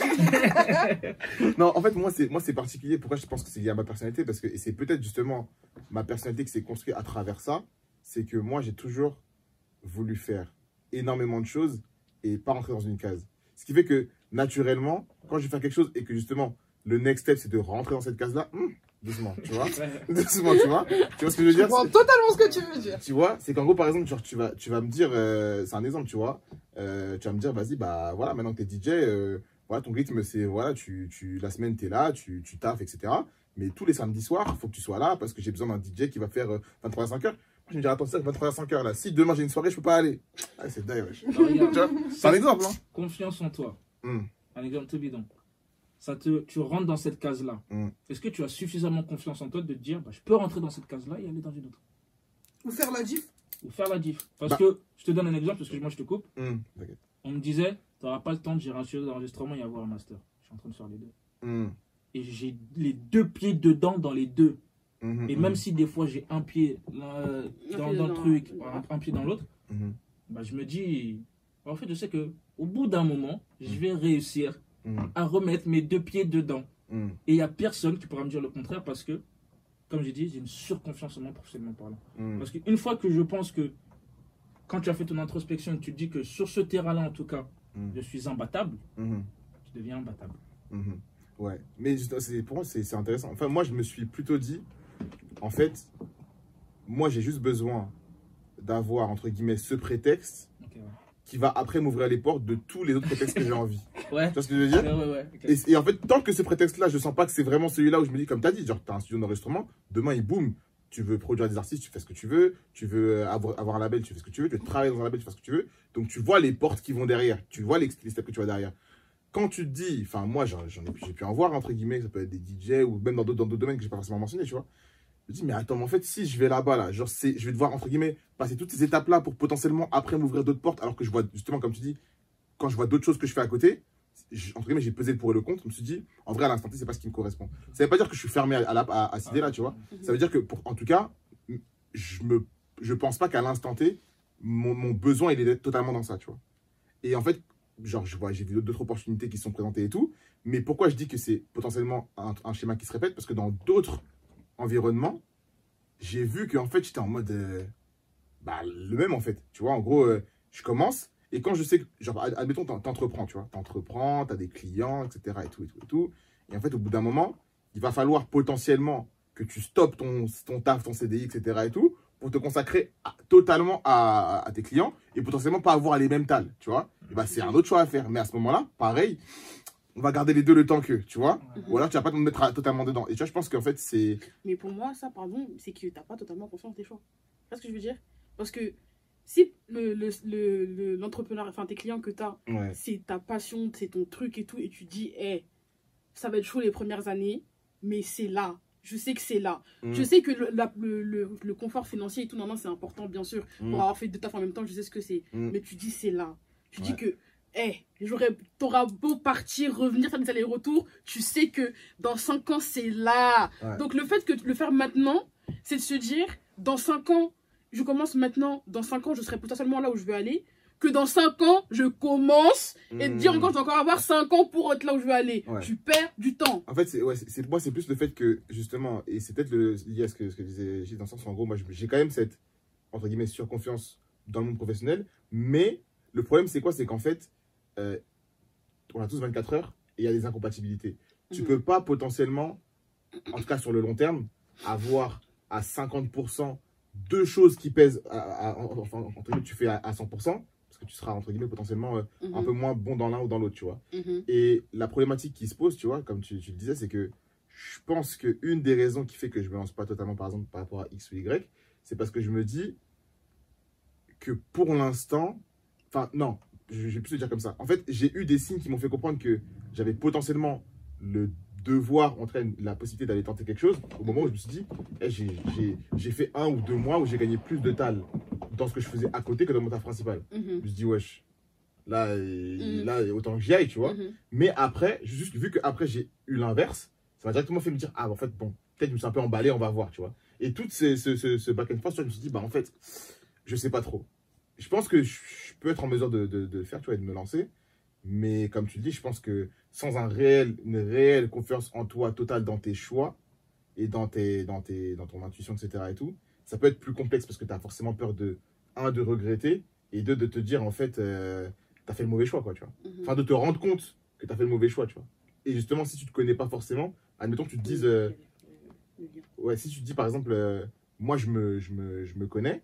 Non, en fait, moi, c'est moi c'est particulier. Pourquoi je pense que c'est lié à ma personnalité? Parce que et c'est peut-être justement ma personnalité qui s'est construite à travers ça. C'est que moi, j'ai toujours voulu faire énormément de choses et pas rentrer dans une case. Ce qui fait que, naturellement, quand je vais faire quelque chose et que justement, le next step, c'est de rentrer dans cette case-là, hum, doucement, tu vois. Doucement, tu vois. Tu vois ce que je veux Je dire? comprends totalement ce que tu veux dire. Tu vois, c'est qu'en gros, par exemple, genre, tu, vas, tu vas me dire, euh, c'est un exemple, tu vois, euh, tu vas me dire, vas-y, bah voilà, maintenant que t'es D J, euh, voilà, ton rythme, c'est, voilà, tu, tu, la semaine, t'es là, tu, tu taffes, et cetera. Mais tous les samedis soirs, il faut que tu sois là parce que j'ai besoin d'un D J qui va faire euh, vingt-trois à cinq heures. Moi, je me dirais, attends, ça, vingt-trois à cinq heures là. Si demain j'ai une soirée, je peux pas aller. Ah, c'est dingue, wesh. Non, regarde, Tu vois, c'est un exemple, hein. confiance en toi. Mm. Un exemple tout bidon. Ça te, tu rentres dans cette case-là. Mm. Est-ce que tu as suffisamment confiance en toi de te dire, bah, je peux rentrer dans cette case-là et aller dans une autre? Ou faire la diff. Ou faire la diff. Parce Bah. que, je te donne un exemple, parce que moi je te coupe. Mm. T'inquiète. On me disait, tu n'auras pas le temps de gérer un studio d'enregistrement et avoir un master. Je suis en train de faire les deux. Mm. Et j'ai les deux pieds dedans dans les deux. Mhm, Et mhm. même si des fois j'ai un pied là, dans, pied dans le dedans, truc, ouais. un, un pied dans l'autre, Mhm, bah, je me dis, en fait, je sais que au bout d'un moment, je vais réussir mhm, à remettre mes deux pieds dedans. mhm. Et il n'y a personne qui pourra me dire le contraire parce que, comme j'ai dit, j'ai une surconfiance en moi professionnellement parlant. Mhm. Parce qu'une fois que je pense que, quand tu as fait ton introspection et que tu te dis que sur ce terrain-là, en tout cas, Mhm. je suis imbattable, Mhm. je deviens imbattable. Mhm. Ouais, mais juste, c'est- pour moi, c'est c'est intéressant. Enfin, moi, je me suis plutôt dit, en fait, moi, j'ai juste besoin d'avoir, entre guillemets, ce prétexte Ok, ouais. qui va après m'ouvrir les portes de tous les autres prétextes que j'ai envie. Ouais. Tu vois ce que je veux dire? Ouais, ouais, ouais. ok. Et, et en fait, tant que ce prétexte-là, je sens pas que c'est vraiment celui-là où je me dis, comme tu as dit, genre, tu as un studio d'enregistrement, demain, il boum, tu veux produire des artistes, tu fais ce que tu veux, tu veux avoir, avoir un label, tu fais ce que tu veux, tu veux travailler dans un label, tu fais ce que tu veux. Donc, tu vois les portes qui vont derrière, tu vois les, les steps que tu vois derrière. Quand tu te dis, enfin, moi, j'en j'en ai, j'ai pu en voir, entre guillemets, ça peut être des D J ou même dans d'autres dans d'autres domaines que j'ai pas forcément mentionné, tu vois. Je me dis, mais attends, mais en fait, si je vais là-bas, là, genre, c'est, je vais devoir, entre guillemets, passer toutes ces étapes-là pour potentiellement après m'ouvrir d'autres portes, alors que je vois, justement, comme tu dis, quand je vois d'autres choses que je fais à côté, je- entre guillemets, j'ai pesé le pour et le contre, je me suis dit, en vrai, à l'instant T, c'est pas ce qui me correspond. Ça veut pas dire que je suis fermé à, la, à, à cette idée-là, tu vois. Ça veut dire que, pour, en tout cas, je me, je pense pas qu'à l'instant T, mon, mon besoin, il est d'être totalement dans ça, tu vois. Et en fait, genre, je vois, j'ai vu d'autres opportunités qui se sont présentées et tout, mais pourquoi je dis que c'est potentiellement un, un schéma qui se répète? Parce que dans d'autres environnements, j'ai vu qu'en fait, j'étais en mode, euh, bah, le même, en fait. Tu vois, en gros, euh, je commence, et quand je sais que, genre, ad- admettons, t'en- t'entreprends, tu vois, t'entreprends, t'as des clients, et cetera, et tout, et tout, et tout, et en fait, au bout d'un moment, il va falloir potentiellement que tu stoppes ton, ton taf, ton C D I, et cetera, et tout, pour te consacrer à- totalement à, à tes clients, et potentiellement pas avoir les mêmes tales, tu vois. Et bah, c'est un autre choix à faire, mais à ce moment-là, pareil, on va garder les deux le temps que, tu vois, Ouais. ou alors tu vas pas te mettre à- totalement dedans. Et tu vois, je pense qu'en fait, c'est... Mais pour moi, ça, pardon, c'est que t'as pas totalement confiance en tes choix. Tu vois ce que je veux dire? Parce que si le, le, le, le- l'entrepreneur, enfin tes clients que t'as, Ouais. c'est ta passion, c'est ton truc et tout, et tu dis, hé, ça va être chaud les premières années, mais c'est là. Je sais que c'est là. Mm. Je sais que le, la- le, le, le confort financier et tout, non, non, c'est important, bien sûr. Mm. Pour avoir fait deux tafs en même temps, je sais ce que c'est. Mm. Mais tu dis, c'est là. Tu Ouais. dis que, hé, j'aurais, t'auras beau partir, revenir, faire des allers-retours, tu sais que dans cinq ans, c'est là. Ouais. Donc le fait que de le faire maintenant, c'est de se dire, dans cinq ans, je commence maintenant, dans cinq ans, je serai potentiellement là où je veux aller, que dans cinq ans, je commence, et de dire encore, je dois encore avoir cinq ans pour être là où je veux aller. Ouais. Tu perds du temps. En fait, c'est, ouais, c'est, c'est- moi, c'est plus le fait que, justement, et c'est peut-être le, lié à ce que, ce que disait Gilles, dans le sens où, en gros, moi, je- j'ai quand même cette, entre guillemets, surconfiance dans le monde professionnel, mais le problème, c'est quoi? C'est qu'en fait, euh, on a tous vingt-quatre heures, et il y a des incompatibilités. Tu Mhm. peux pas potentiellement, en tout cas sur le long terme, avoir à cinquante pour cent deux choses qui pèsent, à, à- à- enfin, entre guillemets, tu fais à, à cent pour cent, parce que tu seras, entre guillemets, potentiellement euh, Mhm. un peu moins bon dans l'un ou dans l'autre, tu vois. Mhm. Et la problématique qui se pose, tu vois, comme tu, tu le disais, c'est que je pense qu'une des raisons qui fait que je ne me lance pas totalement, par exemple, par rapport à X ou Y, c'est parce que je me dis que pour l'instant, enfin, non, je, je vais plus le dire comme ça. En fait, j'ai eu des signes qui m'ont fait comprendre que j'avais potentiellement le devoir, en tout cas, la possibilité d'aller tenter quelque chose, au moment où je me suis dit, eh, j'ai- j'ai j'ai fait un ou deux mois où j'ai gagné plus de tal dans ce que je faisais à côté que dans mon taf principal. Mhm. Je me suis dit, wesh, là, euh, Mhm. là autant que j'y aille, tu vois. Mhm. Mais après, juste vu qu'après j'ai eu l'inverse, ça m'a directement fait me dire, ah, en fait, bon, peut-être je me suis un peu emballé, on va voir, tu vois. Et tout ce, ce, ce, ce back and forth, tu vois, je me suis dit, bah, en fait, je sais pas trop. Je pense que je je peux être en mesure de, de, de le faire, tu vois, et de me lancer. Mais comme tu le dis, je pense que sans un réel, une réelle confiance en toi totale dans tes choix et dans, tes, dans, tes, dans ton intuition, et cetera et tout, ça peut être plus complexe parce que tu as forcément peur de, un, de regretter et deux, de te dire, en fait, euh, tu as fait le mauvais choix, quoi, tu vois. Mhm. Enfin, de te rendre compte que tu as fait le mauvais choix, tu vois. Et justement, si tu te connais pas forcément, admettons que tu te dises, euh, ouais, si tu te dis par exemple, euh, moi je me, je, me, je me connais,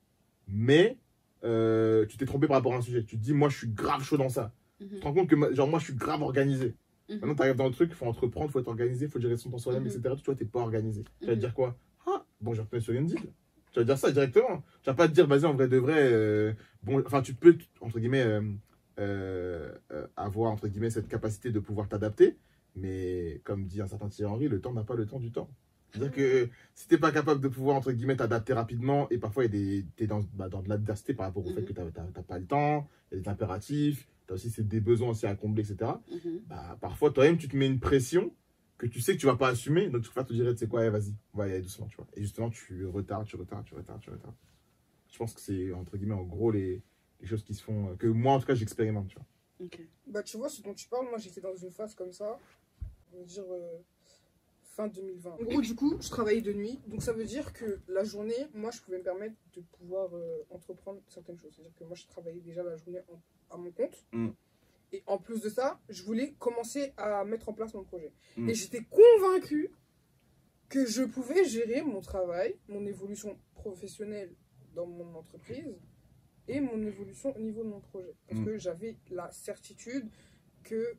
mais euh, tu t'es trompé par rapport à un sujet. Tu te dis, moi je suis grave chaud dans ça. Mhm. Tu te rends compte que genre, moi je suis grave organisé. Mhm. Maintenant, tu arrives dans le truc, il faut entreprendre, il faut être organisé, il faut gérer son temps soi-même, Mhm. et cetera. Tu vois, tu n'es pas organisé. Tu vas te Mhm. dire quoi? Ah, bon, j'ai retenu sur LinkedIn. Tu vas dire ça directement. Tu vas pas te dire, vas-y, en vrai de vrai, euh, bon, enfin, tu peux, entre guillemets, euh, euh, euh, avoir, entre guillemets, cette capacité de pouvoir t'adapter. Mais, comme dit un certain Thierry Henry, le temps n'a pas le temps du temps. C'est-à-dire que si tu n'es pas capable de pouvoir, entre guillemets, t'adapter rapidement, et parfois, tu es dans, bah, dans de l'adversité par rapport au fait Mhm. que tu n'as pas le temps, il y a des impératifs, tu as aussi c'est des besoins aussi à combler, et cetera. Mhm. Bah, parfois, toi-même, tu te mets une pression que tu sais que tu vas pas assumer, donc tu préfères te dire, tu sais quoi, allez, vas-y, on va y aller doucement, tu vois. Et justement, tu retardes, tu retardes, tu retardes, tu retardes. Je pense que c'est, entre guillemets, en gros, les, les choses qui se font, que moi, en tout cas, j'expérimente, tu vois. Ok. Bah, tu vois, ce dont tu parles, moi j'étais dans une phase comme ça, on va dire euh, fin deux mille vingt. En gros, du coup, je travaillais de nuit, donc ça veut dire que la journée, moi je pouvais me permettre de pouvoir euh, entreprendre certaines choses. C'est-à-dire que moi je travaillais déjà la journée en- à mon compte. Mm. Et en plus de ça, je voulais commencer à mettre en place mon projet. Mm. Et j'étais convaincue que je pouvais gérer mon travail, mon évolution professionnelle dans mon entreprise et mon évolution au niveau de mon projet. Parce Mm. que j'avais la certitude que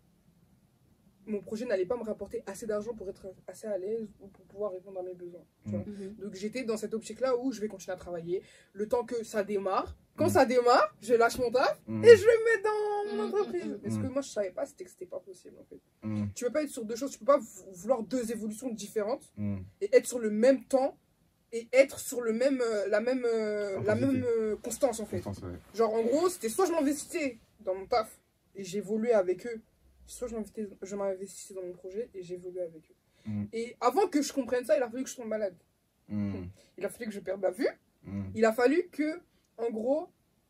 mon projet n'allait pas me rapporter assez d'argent pour être assez à l'aise ou pour pouvoir répondre à mes besoins. Tu Mm. vois. Mhm. Donc j'étais dans cette optique-là où je vais continuer à travailler le temps que ça démarre. Quand Mm. ça démarre, je lâche mon taf Mm. et je le mets dans mon Mm, entreprise. mm, mm, Mais ce mm. que moi je savais pas, c'était que c'était pas possible en fait. Mm. Tu peux pas être sur deux choses, tu peux pas vou- vouloir deux évolutions différentes Mm. et être sur le même temps et être sur le même, euh, la même, euh, la Intensité. même euh, constance en fait. Constance, ouais. Genre en gros, c'était soit je m'investissais dans mon taf et j'évoluais avec eux, soit je m'investissais je m'investissais dans mon projet et j'évoluais avec eux. Mm. Et avant que je comprenne ça, il a fallu que je tombe malade. Mm. Il a fallu que je perde la vue. Mm. Il a fallu que, en gros,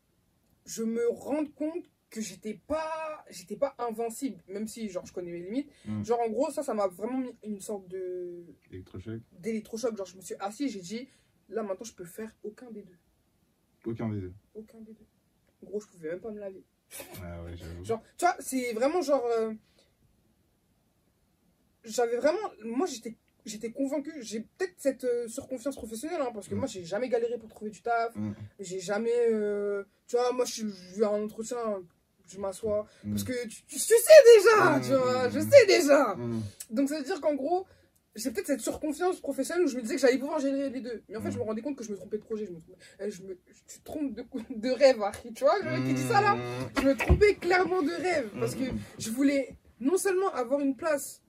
je me rende compte que j'étais pas j'étais pas invincible, même si genre je connais mes limites. Mm. Genre en gros, ça ça m'a vraiment mis une sorte de Électrochoc. d'électrochoc. Genre je me suis assis, j'ai dit là maintenant je peux faire aucun des deux. Aucun des deux. Aucun des deux. En gros, je pouvais même pas me laver. Ah ouais, j'avoue. Genre, tu vois, c'est vraiment genre. euh, J'avais vraiment. Moi, j'étais j'étais convaincue. J'ai peut-être cette euh, surconfiance professionnelle, hein, parce que Mm. moi, j'ai jamais galéré pour trouver du taf. Mm. J'ai jamais. euh, Tu vois, moi, je suis je vais à un entretien, je m'assois. Mm. Parce que tu, tu, tu sais déjà, Mm, tu vois, mm, je mm. sais déjà. Mm. Donc, ça veut dire qu'en gros. J'ai peut-être cette surconfiance professionnelle où je me disais que j'allais pouvoir gérer les deux. Mais en fait, Mm. je me rendais compte que je me trompais de projet. Je me, trompais- euh, je me, tu te trompes de, de rêve, Harry. Tu vois, le mec qui dit ça là. Je me trompais clairement de rêve parce que je voulais non seulement avoir une place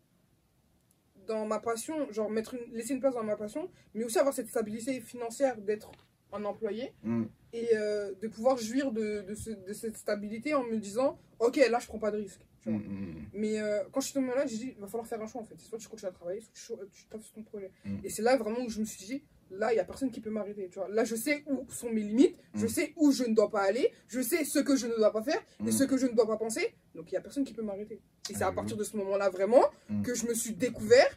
dans ma passion, genre mettre une, laisser une place dans ma passion, mais aussi avoir cette stabilité financière d'être un employé Mm. et euh, de pouvoir jouir de, de, ce- de cette stabilité en me disant ok là je prends pas de risque. Tu vois. Mm. Mais euh, quand je suis tombée malade, j'ai dit il va falloir faire un choix en fait. Soit tu continues à travailler, soit tu, cho- tu taffes sur ton projet. Mm. Et c'est là vraiment où je me suis dit là il y a personne qui peut m'arrêter. Tu vois. Là je sais où sont mes limites, je Mm. sais où je ne dois pas aller, je sais ce que je ne dois pas faire et Mm. ce que je ne dois pas penser. Donc il y a personne qui peut m'arrêter. Et c'est Ah à oui. partir de ce moment-là vraiment Mm. que je me suis découvert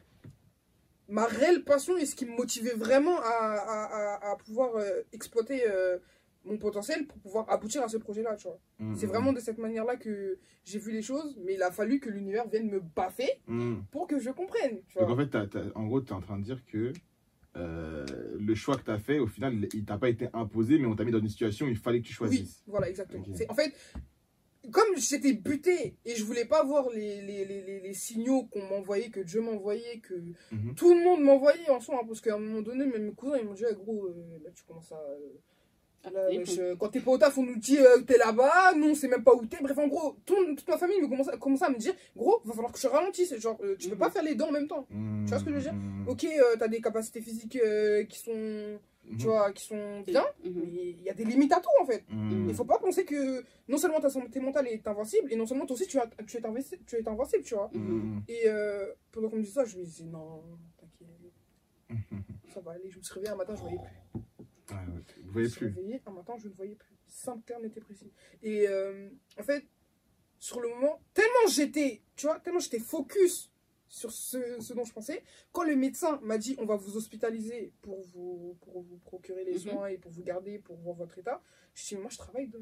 ma réelle passion et ce qui me motivait vraiment à, à, à, à pouvoir euh, exploiter euh, mon potentiel pour pouvoir aboutir à ce projet-là, tu vois. Mm. C'est vraiment de cette manière-là que j'ai vu les choses, mais il a fallu que l'univers vienne me baffer Mm. pour que je comprenne, tu Donc vois. en fait, t'as- t'as- en gros, tu es en train de dire que euh, le choix que tu as fait, au final, il t'a pas été imposé, mais on t'a mis dans une situation où il fallait que tu Oui, choisisses. voilà, exactement. Ok. C'est, en fait, comme j'étais buté et je voulais pas voir les, les, les, les, les signaux qu'on m'envoyait, que Dieu m'envoyait, que Mhm. tout le monde m'envoyait en soi, hein, parce qu'à un moment donné, même mes cousins, ils m'ont dit, ah, gros, euh, là, tu commences à... euh, là, Et wesh, euh, quand t'es pas au taf, on nous dit euh, t'es là-bas, nous on sait même pas où t'es. Bref, en gros, tout- toute ma famille me commençait, à- commençait à me dire, gros, va falloir que je ralentisse. Genre, euh, tu peux Mhm. pas faire les deux en même temps. Mm. Tu vois ce que je veux dire Mm. Ok, euh, t'as des capacités physiques euh, qui sont, Mhm. tu vois, qui sont bien, Mhm. mais il y a des limites à tout en fait. Mm. Il faut pas penser que non seulement ta santé mentale est invincible, et non seulement toi aussi tu, as, tu, es, invincible, tu es invincible, tu vois. Mm. Et euh, pendant qu'on me disait ça, je me disais, non, t'inquiète, ça va aller. Je me suis réveillée un matin, je voyais plus. Ah ouais, vous Je voyez me suis plus. réveillée un matin, je ne voyais plus. Simple, terme, était précis. Et euh, en fait, sur le moment, tellement j'étais, tu vois, tellement j'étais focus sur ce, ce dont je pensais, quand le médecin m'a dit on va vous hospitaliser pour vous, pour vous procurer les Mhm. soins et pour vous garder, pour voir votre état, je me suis dit, moi je travaille demain.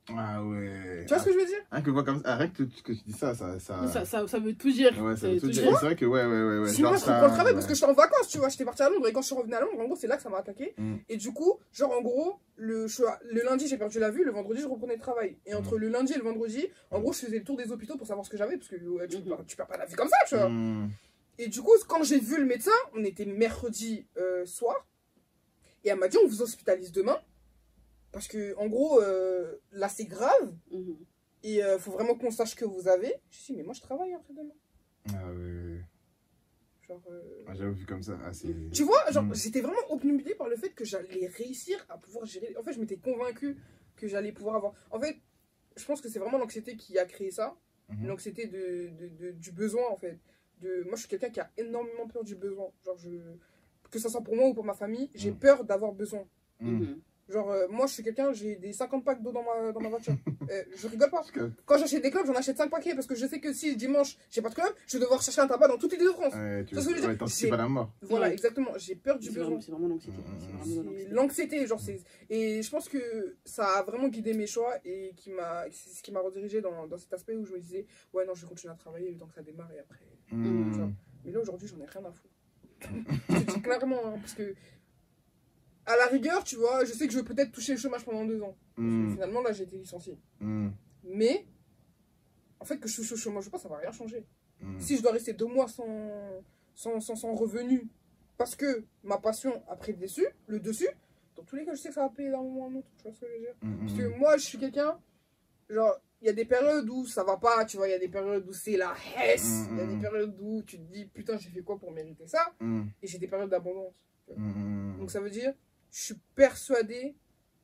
Ah ouais. Tu vois ce que je veux dire? Rien que, voir comme ça, rien que, tu, que tu dis ça, ça. Ça, Ça, ça, ça veut tout dire. ouais, ça Ça veut veut tout tout dire. dire. C'est vrai que, ouais, ouais, ouais. ouais. Sinon, Genre, je ça, reprends le travail ouais. parce que j'étais en vacances, tu vois. J'étais partie à Londres et quand je suis revenue à Londres, en gros, c'est là que ça m'a attaqué. Mm. Et du coup, genre, en gros, le, je suis à- le lundi, j'ai perdu la vue, le vendredi, je reprenais le travail. Et entre Mm. le lundi et le vendredi, en Mm. gros, je faisais le tour des hôpitaux pour savoir ce que j'avais parce que ouais, tu, Mhm. peux pas- tu perds pas la vue comme ça, tu vois. Mm. Et du coup, quand j'ai vu le médecin, on était mercredi euh, soir, et elle m'a dit on vous hospitalise demain, parce que en gros, euh, là c'est grave, Mhm. et il faut vraiment qu'on sache que vous avez. Je me suis dit, mais moi je travaille après-demain. Ah ouais. Genre, euh, Ah, j'avais vu comme ça. Ah, c'est. tu vois, genre, Mm. j'étais vraiment obnubilée par le fait que j'allais réussir à pouvoir gérer. En fait, je m'étais convaincue que j'allais pouvoir avoir. En fait, je pense que c'est vraiment l'anxiété qui a créé ça, Mhm. l'anxiété de, de, de- du besoin en fait. De... Moi, je suis quelqu'un qui a énormément peur du besoin. Genre, je... que ce soit pour moi ou pour ma famille, j'ai Mm. peur d'avoir besoin. Mm. Mhm. Genre, euh, moi, je suis quelqu'un, j'ai des cinquante packs d'eau dans ma, dans ma voiture. Euh, je rigole pas. Parce que- Quand j'achète des clubs, j'en achète cinq paquets parce que je sais que si dimanche, j'ai pas de club, je vais devoir chercher un tabac dans toutes les îles de France. Ouais, tu C'est ce que je veux ouais, dire. t'anticipes J'ai- à la mort. Voilà, Ouais. exactement. J'ai peur du C'est besoin. vraiment, c'est vraiment l'anxiété. Mhm. C'est vraiment de C'est l'anxiété. l'anxiété, genre, c'est. Et je pense que ça a vraiment guidé mes choix et qui m'a, c'est ce qui m'a redirigé dans, dans cet aspect où je me disais, ouais, non, je vais continuer à travailler le temps que ça démarre et après. Mm. Tu vois. Mais là, aujourd'hui, j'en ai rien à foutre. Je te dis clairement, hein, parce que. À la rigueur, tu vois, je sais que je vais peut-être toucher le chômage pendant deux ans. Parce que Mm. finalement, là, j'ai été licencié. Mm. Mais, en fait, que je touche au chômage ou pas, ça va rien changer. Mm. Si je dois rester deux mois sans, sans, sans, sans revenu, parce que ma passion a pris le dessus, le dessus, dans tous les cas, je sais que ça va payer d'un moment à un autre. Tu vois ce que je veux dire? Mm. Parce que moi, je suis quelqu'un, genre, il y a des périodes où ça va pas, tu vois, il y a des périodes où c'est la hesse, il y a des Mm. périodes où tu te dis, putain, j'ai fait quoi pour mériter ça? Mm. Et j'ai des périodes d'abondance. Mm. Donc ça veut dire, je suis persuadée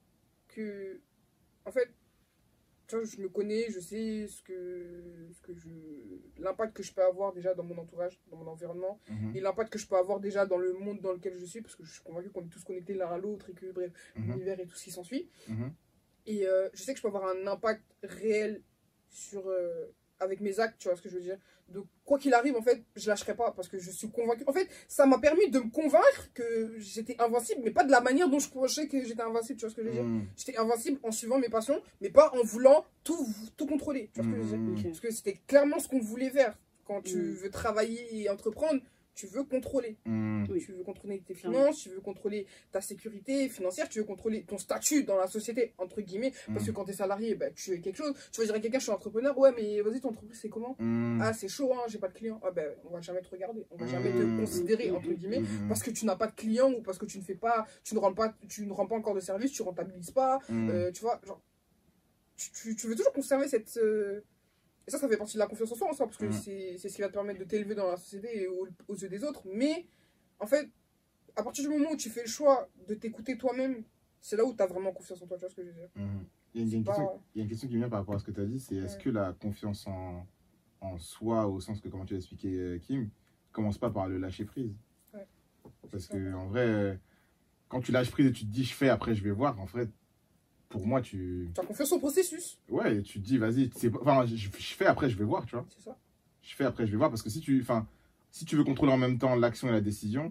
que, en fait, tu vois, je me connais, je sais ce que, ce que je, l'impact que je peux avoir déjà dans mon entourage, dans mon environnement, Mhm. et l'impact que je peux avoir déjà dans le monde dans lequel je suis, parce que je suis convaincue qu'on est tous connectés l'un à l'autre et que, bref, Mhm. l'univers et tout ce qui s'ensuit. Mhm. Et euh, je sais que je peux avoir un impact réel sur, euh, avec mes actes, tu vois ce que je veux dire. Donc, quoi qu'il arrive, en fait, je lâcherai pas parce que je suis convaincue. En fait, ça m'a permis de me convaincre que j'étais invincible, mais pas de la manière dont je pensais que j'étais invincible, tu vois ce que je veux dire. Mm. J'étais invincible en suivant mes passions, mais pas en voulant tout, tout contrôler, tu vois ce que je veux dire. Mm. Ok. Parce que c'était clairement ce qu'on voulait faire. Quand tu Mm. veux travailler et entreprendre, tu veux contrôler. Mm. Oui. Tu veux contrôler tes finances, tu veux contrôler ta sécurité financière, tu veux contrôler ton statut dans la société, entre guillemets. Parce que Mm. quand tu es salarié, bah, tu es quelque chose. Tu vas dire à quelqu'un, je suis entrepreneur, ouais, mais vas-y, ton entreprise, c'est comment? Mm. Ah, c'est chaud, hein, j'ai pas de clients. Ah, ben, on va jamais te regarder, on va jamais te Mm. considérer, entre guillemets, Mm. parce que tu n'as pas de clients ou parce que tu ne fais pas, tu ne rends pas, tu ne rends pas encore de service, tu rentabilises pas. Mm. Euh, tu vois, genre, tu, tu, tu veux toujours conserver cette. euh, Et ça, ça fait partie de la confiance en soi, en soi, parce que Mm. c'est c'est ce qui va te permettre de t'élever dans la société et aux, aux yeux des autres. Mais, en fait, à partir du moment où tu fais le choix de t'écouter toi-même, c'est là où tu as vraiment confiance en toi, tu vois ce que je veux dire. Mhm. Il y a une- il y a une Pas- question- il y a une question qui me vient par rapport à ce que tu as dit, c'est est-ce Ouais. que la confiance en, en soi, au sens que, comment tu l'as expliqué, euh, Kim, commence pas par le lâcher prise? Ouais. Parce C'est que, en vrai, euh, quand tu lâches prise et tu te dis je fais, après je vais voir, en fait, pour moi, tu. Tu as confiance au processus, Ouais, tu te dis vas-y, c'est pas- enfin, je, je fais, après je vais voir, tu vois. c'est ça. Je fais, après je vais voir, parce que si tu, enfin, si tu veux contrôler en même temps l'action et la décision,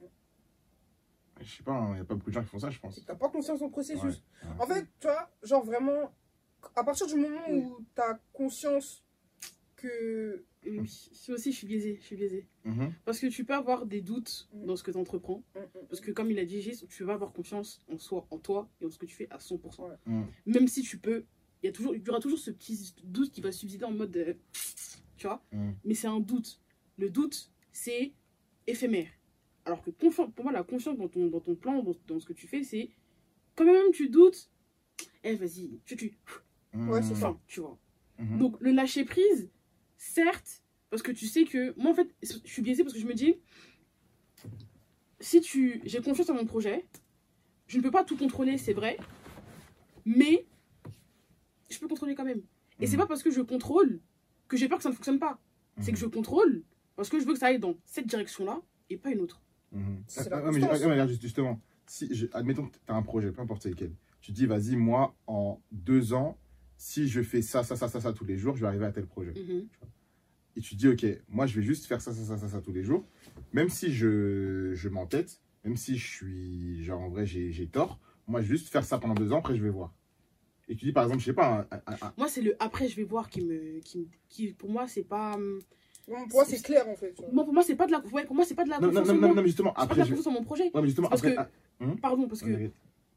je sais pas, il n'y a pas beaucoup de gens qui font ça, je pense. Tu n'as pas confiance au processus. Ouais, ouais. En fait, tu vois, genre vraiment, à partir du moment Oui. où tu as conscience que. Oui, si aussi, je suis biaisée. Je suis biaisée. Mhm. Parce que tu peux avoir des doutes Mm. dans ce que tu entreprends. Parce que, comme il a dit, Gis, tu vas avoir confiance en soi, en toi et en ce que tu fais à cent pour cent. Ouais. Mm. Même si tu peux, il y, a toujours, il y aura toujours ce petit doute qui va subsister en mode. euh, tu vois. Mm. Mais c'est un doute. Le doute, c'est éphémère. Alors que confiance, pour moi, la confiance dans ton, dans ton plan, dans, dans ce que tu fais, c'est. Quand même, tu doutes. Eh, vas-y, tu tu. Ouais, c'est ça. Enfin, tu vois. Mhm. Donc, le lâcher prise, certes, parce que tu sais que. Moi, en fait, je suis biaisée parce que je me dis. Si tu. J'ai confiance en mon projet, je ne peux pas tout contrôler, c'est vrai. Mais. Je peux contrôler quand même. Et c'est Mhm. pas parce que je contrôle que j'ai peur que ça ne fonctionne pas. C'est que je contrôle parce que je veux que ça aille dans cette direction-là et pas une autre. Mhm. C'est Ah, la ah, mais, constance. ah, mais regarde, juste- justement, si je, admettons que tu as un projet, peu importe c'est lequel, tu te dis, vas-y, moi, en deux ans, si je fais ça, ça, ça, ça, ça tous les jours, je vais arriver à tel projet. Et tu te dis, ok, moi, je vais juste faire ça, ça, ça, ça, ça tous les jours, même si je, je m'entête, même si je suis, genre, en vrai, j'ai j'ai tort, moi, je vais juste faire ça pendant deux ans, après, je vais voir. et tu dis par exemple, je sais pas, un, un, un... Moi, c'est le après, je vais voir qui me. Qui, qui, pour moi, c'est pas. hum, Bon, pour moi, c'est clair en fait. tu vois. Moi, pour moi, c'est pas de la, ouais, pour moi, c'est pas de la Non, non, confiance non, en non, moi. non, mais justement, C'est pas de après, la je... confiance en mon projet. ouais, mais justement, Parce après. que- ah, hum, Pardon, parce que ouais,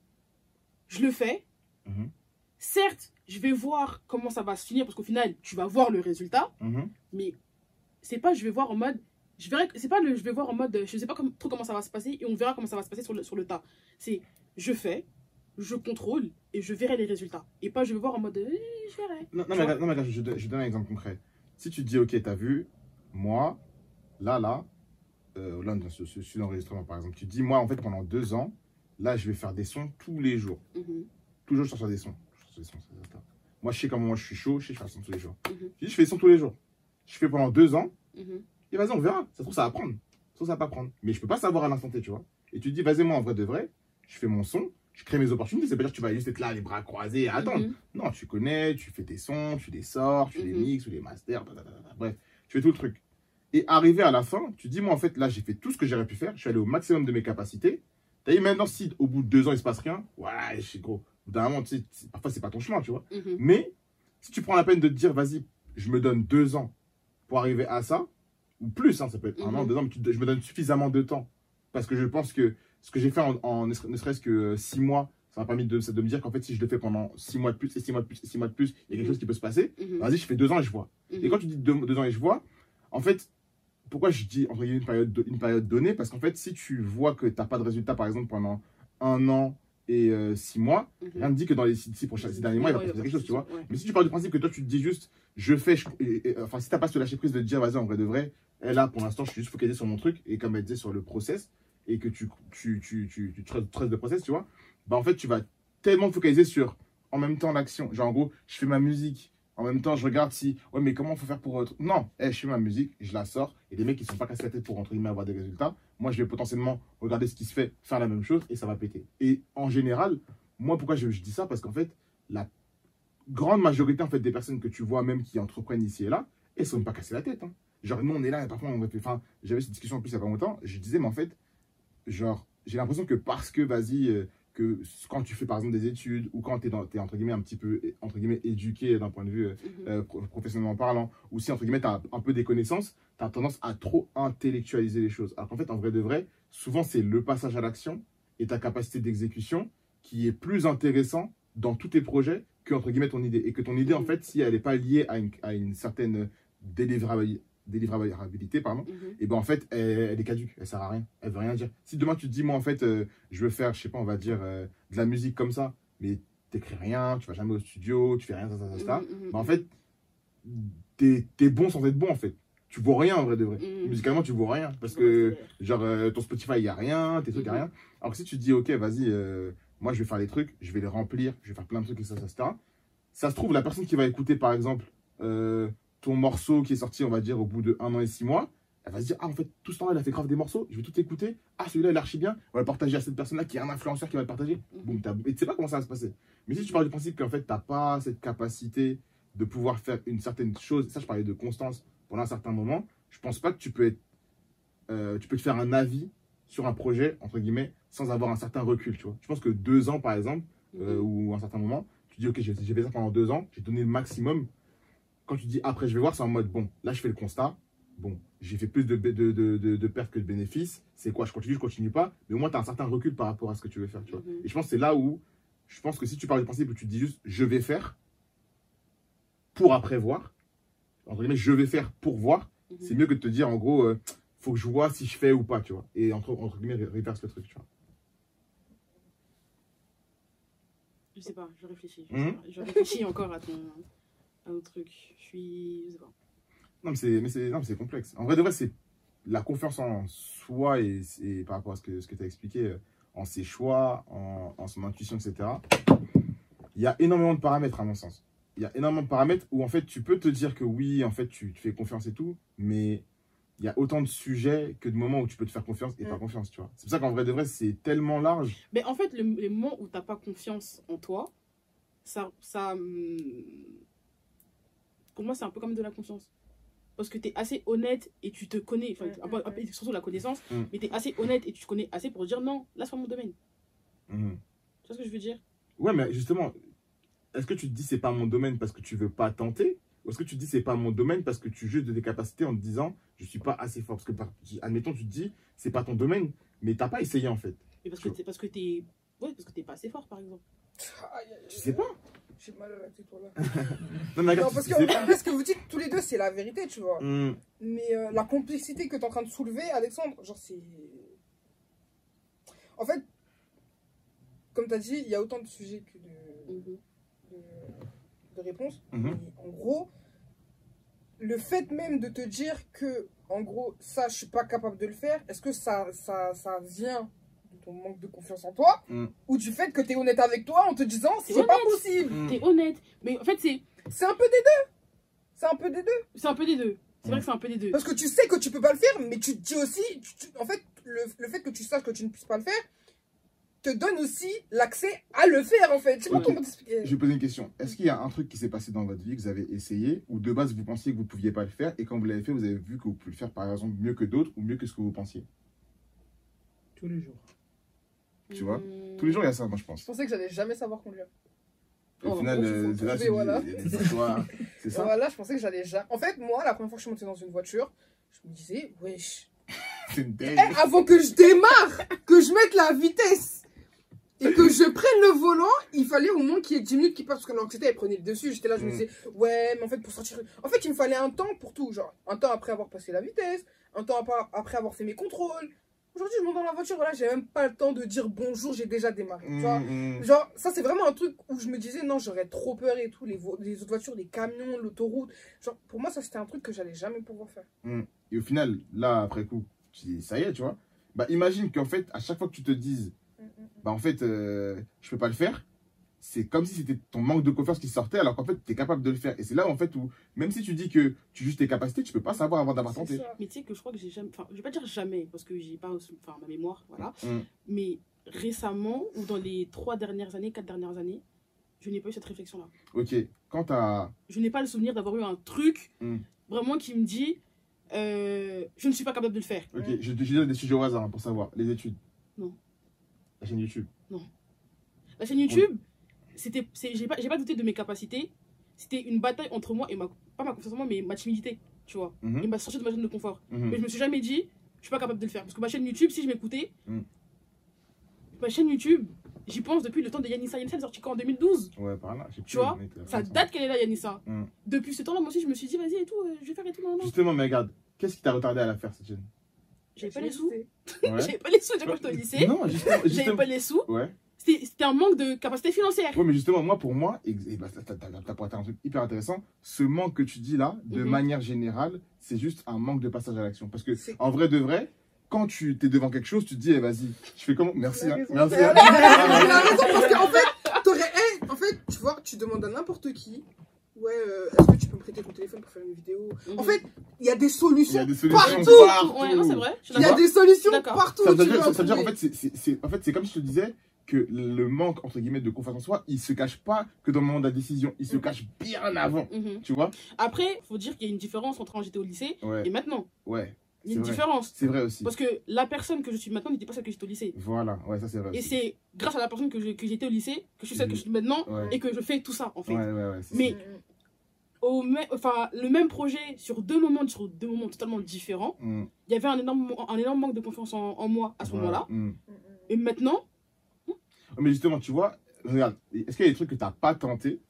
je le fais. mhm, Certes, je vais voir comment ça va se finir, parce qu'au final, tu vas voir le résultat. mhm. Mais c'est pas je vais voir en mode. Je verrai, c'est pas le je vais voir en mode. Je sais pas comme, trop comment ça va se passer et on verra comment ça va se passer sur le, sur le tas. C'est je fais, je contrôle et je verrai les résultats. Et pas je vais voir en mode. Eh, je verrai. Non, non, Tu mais, vois regarde- non, mais regarde, je, te- je te donne un exemple concret. Si tu te dis, ok, t'as vu, moi, là, là, euh, là, dans ce, ce, ce enregistrement, par exemple, tu te dis, moi, en fait, pendant deux ans, là, je vais faire des sons tous les jours. Mhm, Toujours, je sors des sons. Je sors des sons, c'est ça. Moi, je sais comment moi, je suis chaud, je sais que je fais des sons tous les jours. mhm, Je dis, je fais des sons tous les jours. Je fais pendant deux ans, mhm. et vas-y, on verra. Ça se trouve, ça va prendre. Ça se trouve, ça va pas prendre. Mais je peux pas savoir à l'instant T, tu vois. Et tu te dis, vas-y, moi, en vrai de vrai, je fais mon son, je crée mes opportunités. C'est pas dire que tu vas juste être là, les bras croisés, et attendre. Mhm. Non, tu connais, tu fais tes sons, tu les sors, tu les Mhm. mixes, tu les masters, blablabla. Bref, tu fais tout le truc. Et arrivé à la fin, tu te dis, moi, en fait, là, j'ai fait tout ce que j'aurais pu faire. Je suis allé au maximum de mes capacités. T'as dit, maintenant, si au bout de deux ans, il se passe rien, ouais, je suis gros. Au bout d'un moment, tu sais, c'est- parfois, c'est pas ton chemin, tu vois. Mhm. Mais si tu prends la peine de te dire, vas-y, je me donne deux ans pour arriver à ça, ou plus, hein, ça peut être un Mhm. an, deux ans, mais tu te- je me donne suffisamment de temps. Parce que je pense que ce que j'ai fait en, en ne ne serait-ce que six mois, ça m'a permis de, de me dire qu'en fait, si je le fais pendant six mois de plus, et six mois de plus, et six mois de plus, il y a quelque Mhm. chose qui peut se passer. Mhm. Vas-y, je fais deux ans et je vois. Et quand tu dis deux, deux ans et je vois, en fait, pourquoi je dis entre guillemets une période, do- une période donnée? Parce qu'en fait, si tu vois que tu n'as pas de résultat, par exemple, pendant un an et euh, six mois, Mhm. rien ne dit que dans les six, six prochains, six derniers mois, il va Ouais, se passer quelque chose, tu vois. ouais. Mais si tu pars du principe que toi, tu te dis juste, je fais, je- et- et- enfin, si tu n'as pas ce lâcher prise de te dire, vas-y, en vrai de vrai, et là, pour l'instant, je suis juste focalisé sur mon truc, et comme elle disait, sur le process, et que tu, tu, tu, tu, tu traites traites de process, tu vois, bah en fait, tu vas tellement te focaliser sur, en même temps, l'action. Genre, en gros, je fais ma musique, en même temps, je regarde si, ouais, mais comment faut faire pour. euh, Non, eh, je fais ma musique, je la sors, et des mecs qui sont pas cassés la tête pour, entre guillemets, avoir des résultats, moi, je vais potentiellement regarder ce qui se fait, faire la même chose, et ça va péter. Et en général, moi, pourquoi je, je dis ça? Parce qu'en fait, la grande majorité en fait, des personnes que tu vois même qui entreprennent ici et là, elles ne sont même pas cassées la tête. Hein. Genre, nous, on est là, et parfois, on fait, enfin, j'avais cette discussion en plus il n'y a pas longtemps, je disais, mais en fait, genre, j'ai l'impression que parce que, vas-y, euh, que quand tu fais par exemple des études ou quand tu es, es entre guillemets un petit peu entre guillemets éduqué d'un point de vue euh, Mhm. euh, pro- professionnellement parlant, ou si entre guillemets tu as un peu des connaissances, tu as tendance à trop intellectualiser les choses. Alors qu'en fait, en vrai de vrai, souvent c'est le passage à l'action et ta capacité d'exécution qui est plus intéressant dans tous tes projets que entre guillemets ton idée. Et que ton idée, en Mhm. fait, si elle n'est pas liée à une, à une certaine délivrabilité, délivrabilité pardon, Mhm. et ben en fait, elle, elle est caduque, elle sert à rien, elle veut rien dire. Si demain tu te dis, moi en fait, euh, je veux faire, je sais pas, on va dire, euh, de la musique comme ça, mais t'écris rien, tu vas jamais au studio, tu fais rien, ça, ça, ça, ça, Mhm, mhm, ben en fait, t'es es bon sans être bon en fait. Tu vois rien en vrai de vrai. Mhm. Musicalement, tu vois rien. Parce Ouais, que, c'est- genre, euh, ton Spotify, il n'y a rien, tes trucs, il Mhm. n'y a rien. Alors que si tu te dis, ok, vas-y, euh, moi je vais faire les trucs, je vais les remplir, je vais faire plein de trucs, et ça, ça, et cetera. Ça se trouve, la personne qui va écouter, par exemple, euh, ton morceau qui est sorti, on va dire, au bout de un an et six mois, elle va se dire, ah, en fait, tout ce temps-là, il a fait grave des morceaux, je vais tout écouter. Ah, celui-là, il est archi bien, on va le partager à cette personne-là qui est un influenceur qui va le partager. Mhm. Boum, t'as- et tu sais pas comment ça va se passer. Mais si tu pars du principe qu'en fait, tu n'as pas cette capacité de pouvoir faire une certaine chose, ça, je parlais de constance pendant un certain moment, je pense pas que tu peux être, euh, tu peux te faire un avis sur un projet, entre guillemets, sans avoir un certain recul, tu vois. Je pense que deux ans, par exemple, euh, Mhm. ou un certain moment, tu dis, ok, j'ai j'ai fait ça pendant deux ans, j'ai donné le maximum. Quand tu dis après, je vais voir, c'est en mode, bon, là, je fais le constat. Bon, j'ai fait plus de, de, de, de, de pertes que de bénéfices. C'est quoi? Je continue, je continue pas. Mais au moins, tu as un certain recul par rapport à ce que tu veux faire, tu vois. Mhm. Et je pense que c'est là où, je pense que si tu pars du principe où tu te dis juste, je vais faire pour après voir, entre guillemets, je vais faire pour voir, Mhm. c'est mieux que de te dire, en gros, euh, faut que je vois si je fais ou pas, tu vois. Et entre, entre guillemets, reverse le truc, tu vois. Je sais pas, je réfléchis. Je, Mhm. sais pas. Je réfléchis encore à ton, à ton truc. Je suis. Je sais pas. Non, mais c'est, mais c'est, non, mais c'est complexe. En vrai de vrai, c'est la confiance en soi et, et par rapport à ce que, ce que tu as expliqué, euh, en ses choix, en, en son intuition, et cetera. Il y a énormément de paramètres, à mon sens. Il y a énormément de paramètres où, en fait, tu peux te dire que oui, en fait, tu te fais confiance et tout, mais il y a autant de sujets que de moments où tu peux te faire confiance et pas Mm. confiance, tu vois. C'est pour ça qu'en vrai de vrai, c'est tellement large. Mais en fait, le, les moments où t'as pas confiance en toi, ça. ça hum, pour moi, c'est un peu comme de la confiance. Parce que tu es assez honnête et tu te connais, enfin, Ouais, un peu- ouais, un peu- ouais. surtout la connaissance, Mm. mais tu es assez honnête et tu te connais assez pour dire non, là, c'est pas mon domaine. Mhm. Tu vois ce que je veux dire? Ouais, mais justement, est-ce que tu te dis c'est pas mon domaine parce que tu veux pas tenter? Ou est-ce que tu te dis c'est pas mon domaine parce que tu juges de tes capacités en te disant je suis pas assez fort? Parce que, par, admettons, tu te dis c'est pas ton domaine, mais t'as pas essayé en fait. Mais parce que t'es parce que t'es ouais, parce que t'es pas assez fort, par exemple. Aïe, aïe, aïe. Tu sais pas. J'ai mal à la tête, voilà. Non, mais regarde, Non, tu- parce tu que sais pas. en fait, ce que vous dites tous les deux, c'est la vérité, tu vois. Hmm. Mais euh, la complexité que tu es en train de soulever, Alexandre, genre c'est... En fait, comme tu as dit, il y a autant de sujets que de, Mhm. de, de réponses. Mhm. Mais en gros, le fait même de te dire que, en gros, ça, je suis pas capable de le faire, est-ce que ça, ça, ça vient de ton manque de confiance en toi Mm. ou du fait que tu es honnête avec toi en te disant T'es c'est pas honnête. possible? Hmm. T'es honnête. Mais en fait, c'est C'est un peu des deux. C'est un peu des deux. c'est un peu des deux. C'est Mm. vrai que c'est un peu des deux. Parce que tu sais que tu peux pas le faire, mais tu te dis aussi, tu- tu- en fait, le, le fait que tu saches que tu ne puisses pas le faire, te donne aussi l'accès à le faire, en fait. Je sais pas Ok. comment t'expliquer. Je vais poser une question. Est-ce qu'il y a un truc qui s'est passé dans votre vie que vous avez essayé, ou de base vous pensiez que vous ne pouviez pas le faire, et quand vous l'avez fait, vous avez vu que vous pouvez le faire par exemple mieux que d'autres, ou mieux que ce que vous pensiez? Tous les jours. Tu vois Mmh. Tous les jours, il y a ça, moi je pense. Je pensais que j'allais jamais savoir conduire. Au Oh, final, oh, euh, faut c'est là, trouver, tu voilà. dis, des histoires, c'est ça. Voilà, je pensais que j'allais jamais. En fait, moi, la première fois que je suis montée dans une voiture, je me disais, wesh. C'est une dingue. Eh, avant que je démarre, que je mette la vitesse et que je prenne le volant, il fallait au moins qu'il y ait dix minutes qui passent parce que l'anxiété elle prenait le dessus. J'étais là, je me Mm. disais, ouais, mais en fait, pour sortir. En fait, il me fallait un temps pour tout. Genre, un temps après avoir passé la vitesse, un temps après- après avoir fait mes contrôles. Aujourd'hui, je monte dans la voiture, voilà, j'ai même pas le temps de dire bonjour, j'ai déjà démarré. Tu vois. Mm, mm. Genre, ça, c'est vraiment un truc où je me disais, non, j'aurais trop peur et tout. Les, vo- les autres voitures, les camions, l'autoroute. Genre, pour moi, ça, c'était un truc que j'allais jamais pouvoir faire. Et au final, là, après coup, tu dis, ça y est, tu vois. Bah, imagine qu'en fait, à chaque fois que tu te dises, bah, en fait, euh, je peux pas le faire, c'est comme si c'était ton manque de confiance qui sortait, alors qu'en fait, tu es capable de le faire. Et c'est là, en fait, où, même si tu dis que tu juges tes capacités, tu peux pas savoir avant d'avoir C'est tenté. ça. Mais tu sais que je crois que j'ai jamais. Enfin, je vais pas dire jamais, parce que j'ai pas. Enfin, ma mémoire, voilà. Mm. Mais récemment, ou dans les trois dernières années, quatre dernières années, je n'ai pas eu cette réflexion-là. Ok, quand t'as. Je n'ai pas le souvenir d'avoir eu un truc Mm. vraiment qui me dit euh, je ne suis pas capable de le faire. Ok, je te je te donne des sujets au hasard hein, pour savoir. Les études. Non. La chaîne YouTube. La chaîne YouTube, c'était, c'est, j'ai pas, j'ai pas douté de mes capacités. C'était une bataille entre moi et ma, pas ma confiance en moi, mais ma timidité, tu vois. Mhm, Il m'a sorti de ma zone de confort. mhm. Mais je me suis jamais dit, je suis pas capable de le faire. Parce que ma chaîne YouTube, si je m'écoutais, Mm. ma chaîne YouTube, j'y pense depuis le temps de Yanissa. Yanissa, elle est sortie quand en deux mille douze. Ouais, par là. j'ai Tu plus vois, le mec, là, Ça comme date qu'elle est là, Yanissa. Mm. Depuis ce temps-là, moi aussi, je me suis dit, vas-y et tout, euh, je vais faire et tout. Non, non. Justement, mais regarde, qu'est-ce qui t'a retardé à la faire cette chaîne? J'avais pas les sous. Ouais. J'avais pas les sous déjà quand j'étais au lycée. Non, justement. J'avais justement- pas les sous. Ouais. C'était c'était un manque de capacité financière. Ouais, mais justement, moi, pour moi, et, et bah, t'as, t'as, t'as- t'as pointé un truc hyper intéressant. Ce manque que tu dis là, de Mhm. manière générale, c'est juste un manque de passage à l'action. Parce que, C'est- en vrai de vrai, quand tu t'es devant quelque chose, tu te dis, eh, vas-y, je fais comment? Merci, Il a hein, raison. merci. Il a hein. raison, il a raison, parce qu'en fait, t'aurais. eh, en fait, tu vois, tu demandes à n'importe qui, ouais, euh, est-ce que tu peux me prêter ton téléphone pour faire une vidéo? En Mhm. fait, il y a des Il y solutions. a des solutions Partout. partout. Ouais, non, c'est vrai. Je suis Il y a d'accord. des solutions D'accord. partout. Ça veut tu dire, peux ça veut dire, en trouver. fait, c'est, c'est, c'est- en fait, c'est comme si je te disais que le manque, entre guillemets, de confiance en soi, il se cache pas que dans le moment de la décision, il se Mhm. cache bien avant. Mhm. Tu vois? Après, faut dire qu'il y a une différence entre quand j'étais au lycée Ouais, et maintenant. ouais. Il y a C'est une vrai. différence. C'est vrai aussi. Parce que la personne que je suis maintenant n'était pas celle que j'étais au lycée. Voilà, ouais, ça c'est vrai. Et aussi. c'est grâce à la personne que je- que j'étais au lycée que je suis celle que Mhm. je suis maintenant Ouais. et que je fais tout ça en fait. Ouais, ouais, ouais. c'est Mais- ça. Mm, Au mê- enfin, le même projet sur deux moments, sur deux moments totalement différents, Mm. il y avait un énorme, un énorme manque de confiance en, en moi à ce Voilà. moment-là. Mm. mm, mm. Et maintenant, Mais justement, tu vois, regarde, est-ce qu'il y a des trucs que tu n'as pas tenté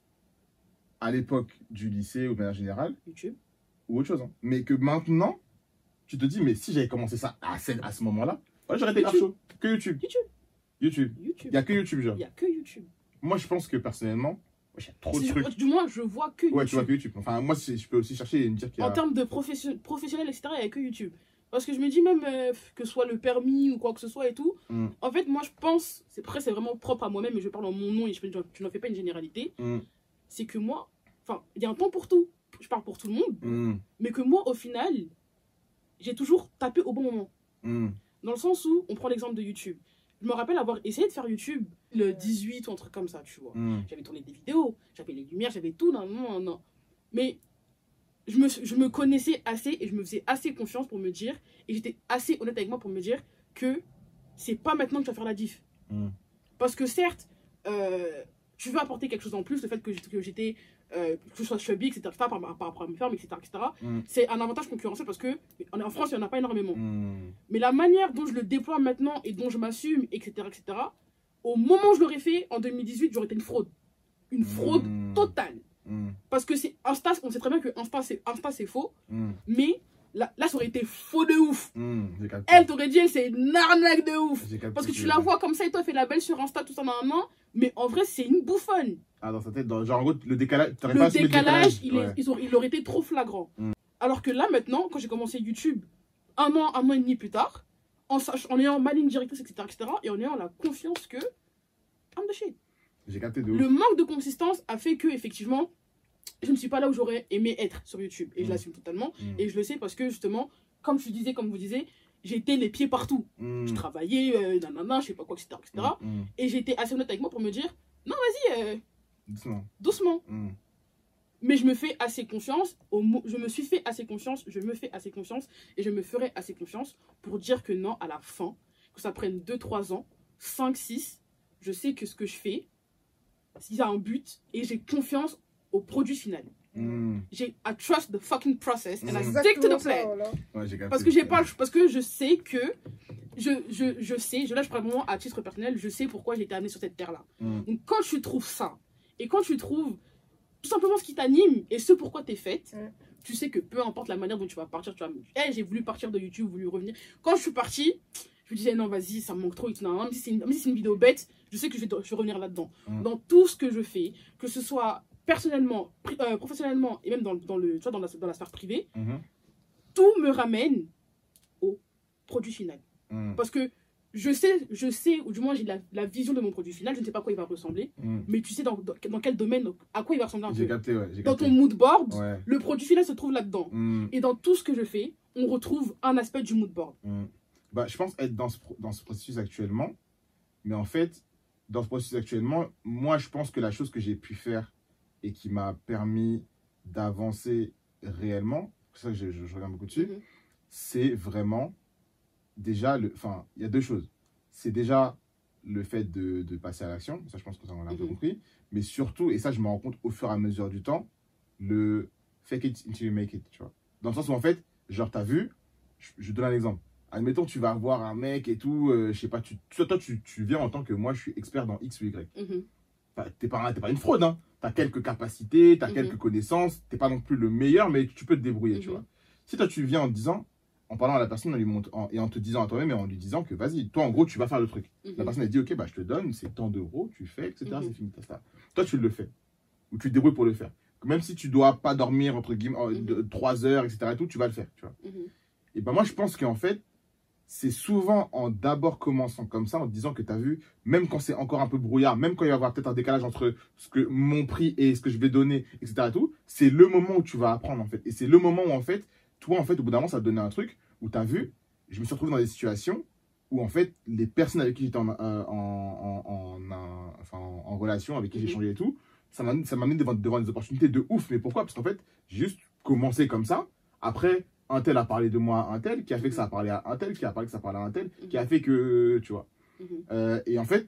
à l'époque du lycée ou de manière générale, YouTube. ou autre chose, hein, mais que maintenant, tu te dis, mais si j'avais commencé ça à ce, à ce moment-là, ouais, j'aurais été grave YouTube. chaud. Que YouTube. YouTube. YouTube. YouTube. Il n'y a que YouTube, genre. Il n'y a que YouTube. Moi, je pense que personnellement, il y a trop de Si je- trucs. du moins, je vois que Ouais, tu vois YouTube. que YouTube. Enfin, moi, si je peux aussi chercher et me dire qu'il y a. En termes de profession- professionnel, et cetera, il n'y a que YouTube. Parce que je me dis même euh, que ce soit le permis ou quoi que ce soit et tout, Mm. en fait, moi je pense, c'est après c'est vraiment propre à moi-même et je parle en mon nom et je, je n'en fais pas une généralité, Mm. c'est que moi, enfin, il y a un temps pour tout. Je parle pour tout le monde, Mm. mais que moi, au final, j'ai toujours tapé au bon moment. Mm. Dans le sens où, on prend l'exemple de YouTube. Je me rappelle avoir essayé de faire YouTube le dix-huit ou un truc comme ça, tu vois. Mm. J'avais tourné des vidéos, j'avais les lumières, j'avais tout, non, non, non. Mais je me, je me connaissais assez et je me faisais assez confiance pour me dire, et j'étais assez honnête avec moi pour me dire que c'est pas maintenant que tu vas faire la diff. Mm. Parce que certes, euh, tu veux apporter quelque chose en plus, le fait que j'étais, que, j'étais, euh, que je sois chubby, et cetera, par, par, par rapport à mes femmes, et cetera, et cetera. Mm. C'est un avantage concurrentiel parce que en France, il n'y en a pas énormément. Mm. Mais la manière dont je le déploie maintenant et dont je m'assume, et cetera, et cetera, au moment où je l'aurais fait, en deux mille dix-huit, j'aurais été une fraude. Une fraude mm. totale. Mm. Parce que c'est Insta, on sait très bien que Insta, c'est, Insta, c'est faux, mm. mais là, là, ça aurait été faux de ouf. Mm, elle t'aurait dit, elle, c'est une arnaque de ouf. Parce que tu la vois comme ça et toi, fait la belle sur Insta, tout ça, normalement. Mais en vrai, c'est une bouffonne. Ah, dans sa tête, dans, genre, en gros, le décalage, le pas décalage, décalage, il, ouais. est, ils ont, il aurait été trop flagrant. Mm. Alors que là, maintenant, quand j'ai commencé YouTube, un an, un an et demi plus tard, en, en ayant ma ligne directrice, et cetera, et cetera, et en ayant la confiance que, I'm the shit. J'ai capté de ouf. Le manque de consistance a fait que, effectivement, je ne suis pas là où j'aurais aimé être sur YouTube. Et mmh. je l'assume totalement. Mmh. Et je le sais parce que, justement, comme je disais, comme vous disiez, j'étais les pieds partout. Mmh. Je travaillais, euh, nanana, je sais pas quoi, et cetera, et cetera. Mmh. Et j'étais assez honnête avec moi pour me dire, non, vas-y, euh, doucement. doucement. Mmh. Mais je me fais assez confiance, au je me suis fait assez confiance, je me fais assez confiance, et je me ferai assez confiance pour dire que non, à la fin, que ça prenne deux trois ans, cinq six, je sais que ce que je fais, s'il y a un but, et j'ai confiance au produit final. Mm. J'ai I trust the fucking process and mm. I stick to the plan. Ouais, parce que j'ai pas parce que je sais que je je je sais, je là je prends vraiment à titre personnel, je sais pourquoi j'ai été amené sur cette terre là. Mm. Donc quand tu trouves ça et quand tu trouves tout simplement ce qui t'anime et ce pourquoi t'es faite, mm. tu sais que peu importe la manière dont tu vas partir, tu vas hey, j'ai voulu partir de YouTube, voulu revenir. Quand je suis partie, je me disais non, vas-y, ça me manque trop et tout. Non, même si c'est une, même si c'est une vidéo bête, je sais que je vais, je vais revenir là-dedans. Mm. Dans tout ce que je fais, que ce soit personnellement, euh, professionnellement et même dans, dans, le, tu vois, dans, la, dans la sphère privée, mm-hmm. tout me ramène au produit final. Mm. Parce que je sais, je sais, ou du moins j'ai la, la vision de mon produit final, je ne sais pas à quoi il va ressembler, mm. mais tu sais dans, dans, dans quel domaine, à quoi il va ressembler un peu. Capté, ouais, dans capté. ton mood board, ouais. le produit final se trouve là-dedans. Mm. Et dans tout ce que je fais, on retrouve un aspect du mood board. Mm. Bah, je pense être dans ce, dans ce processus actuellement, mais en fait, dans ce processus actuellement, moi je pense que la chose que j'ai pu faire et qui m'a permis d'avancer réellement, c'est ça que je, je, je regarde beaucoup dessus, mm-hmm. c'est vraiment déjà, le, enfin, il y a deux choses. C'est déjà le fait de, de passer à l'action, ça je pense que ça on l'a un peu compris, mais surtout, et ça je me rends compte au fur et à mesure du temps, le fake it until you make it, tu vois. Dans le sens où en fait, genre t'as vu, je, je donne un exemple. Admettons, tu vas voir un mec et tout, euh, je sais pas, tu, toi tu, tu viens en tant que moi je suis expert dans X ou Y. Mm-hmm. T'es pas, t'es pas une fraude, hein. T'as quelques capacités, t'as mm-hmm. quelques connaissances, t'es pas non plus le meilleur, mais tu peux te débrouiller, mm-hmm. tu vois. Si toi tu viens en te disant, en parlant à la personne, en lui montre, en, et en te disant à toi-même, et en lui disant que vas-y, toi en gros tu vas faire le truc. Mm-hmm. La personne elle dit ok, bah je te donne, c'est tant d'euros, tu fais, et cetera. Mm-hmm. C'est fini, ça. Toi tu le fais, ou tu te débrouilles pour le faire. Même si tu dois pas dormir entre guillemets mm-hmm. trois heures, et cetera. Et tout, tu vas le faire, tu vois. Mm-hmm. Et ben moi je pense qu'en fait, c'est souvent en d'abord commençant comme ça, en te disant que tu as vu, même quand c'est encore un peu brouillard, même quand il va y avoir peut-être un décalage entre ce que mon prix et ce que je vais donner, et cetera et tout, c'est le moment où tu vas apprendre en fait. Et c'est le moment où en fait, toi en fait, au bout d'un moment, ça va te donner un truc où tu as vu, je me suis retrouvé dans des situations où en fait, les personnes avec qui j'étais en, euh, en, en, en, en, enfin, en relation, avec qui j'ai changé et tout, ça m'a amené devant, devant des opportunités de ouf. Mais pourquoi? Parce qu'en fait, j'ai juste commencé comme ça. Après, un tel a parlé de moi à un tel, qui a fait que ça a parlé à un tel, qui a parlé que ça parlait à un tel, mm-hmm. qui a fait que, tu vois. Mm-hmm. euh, et en fait,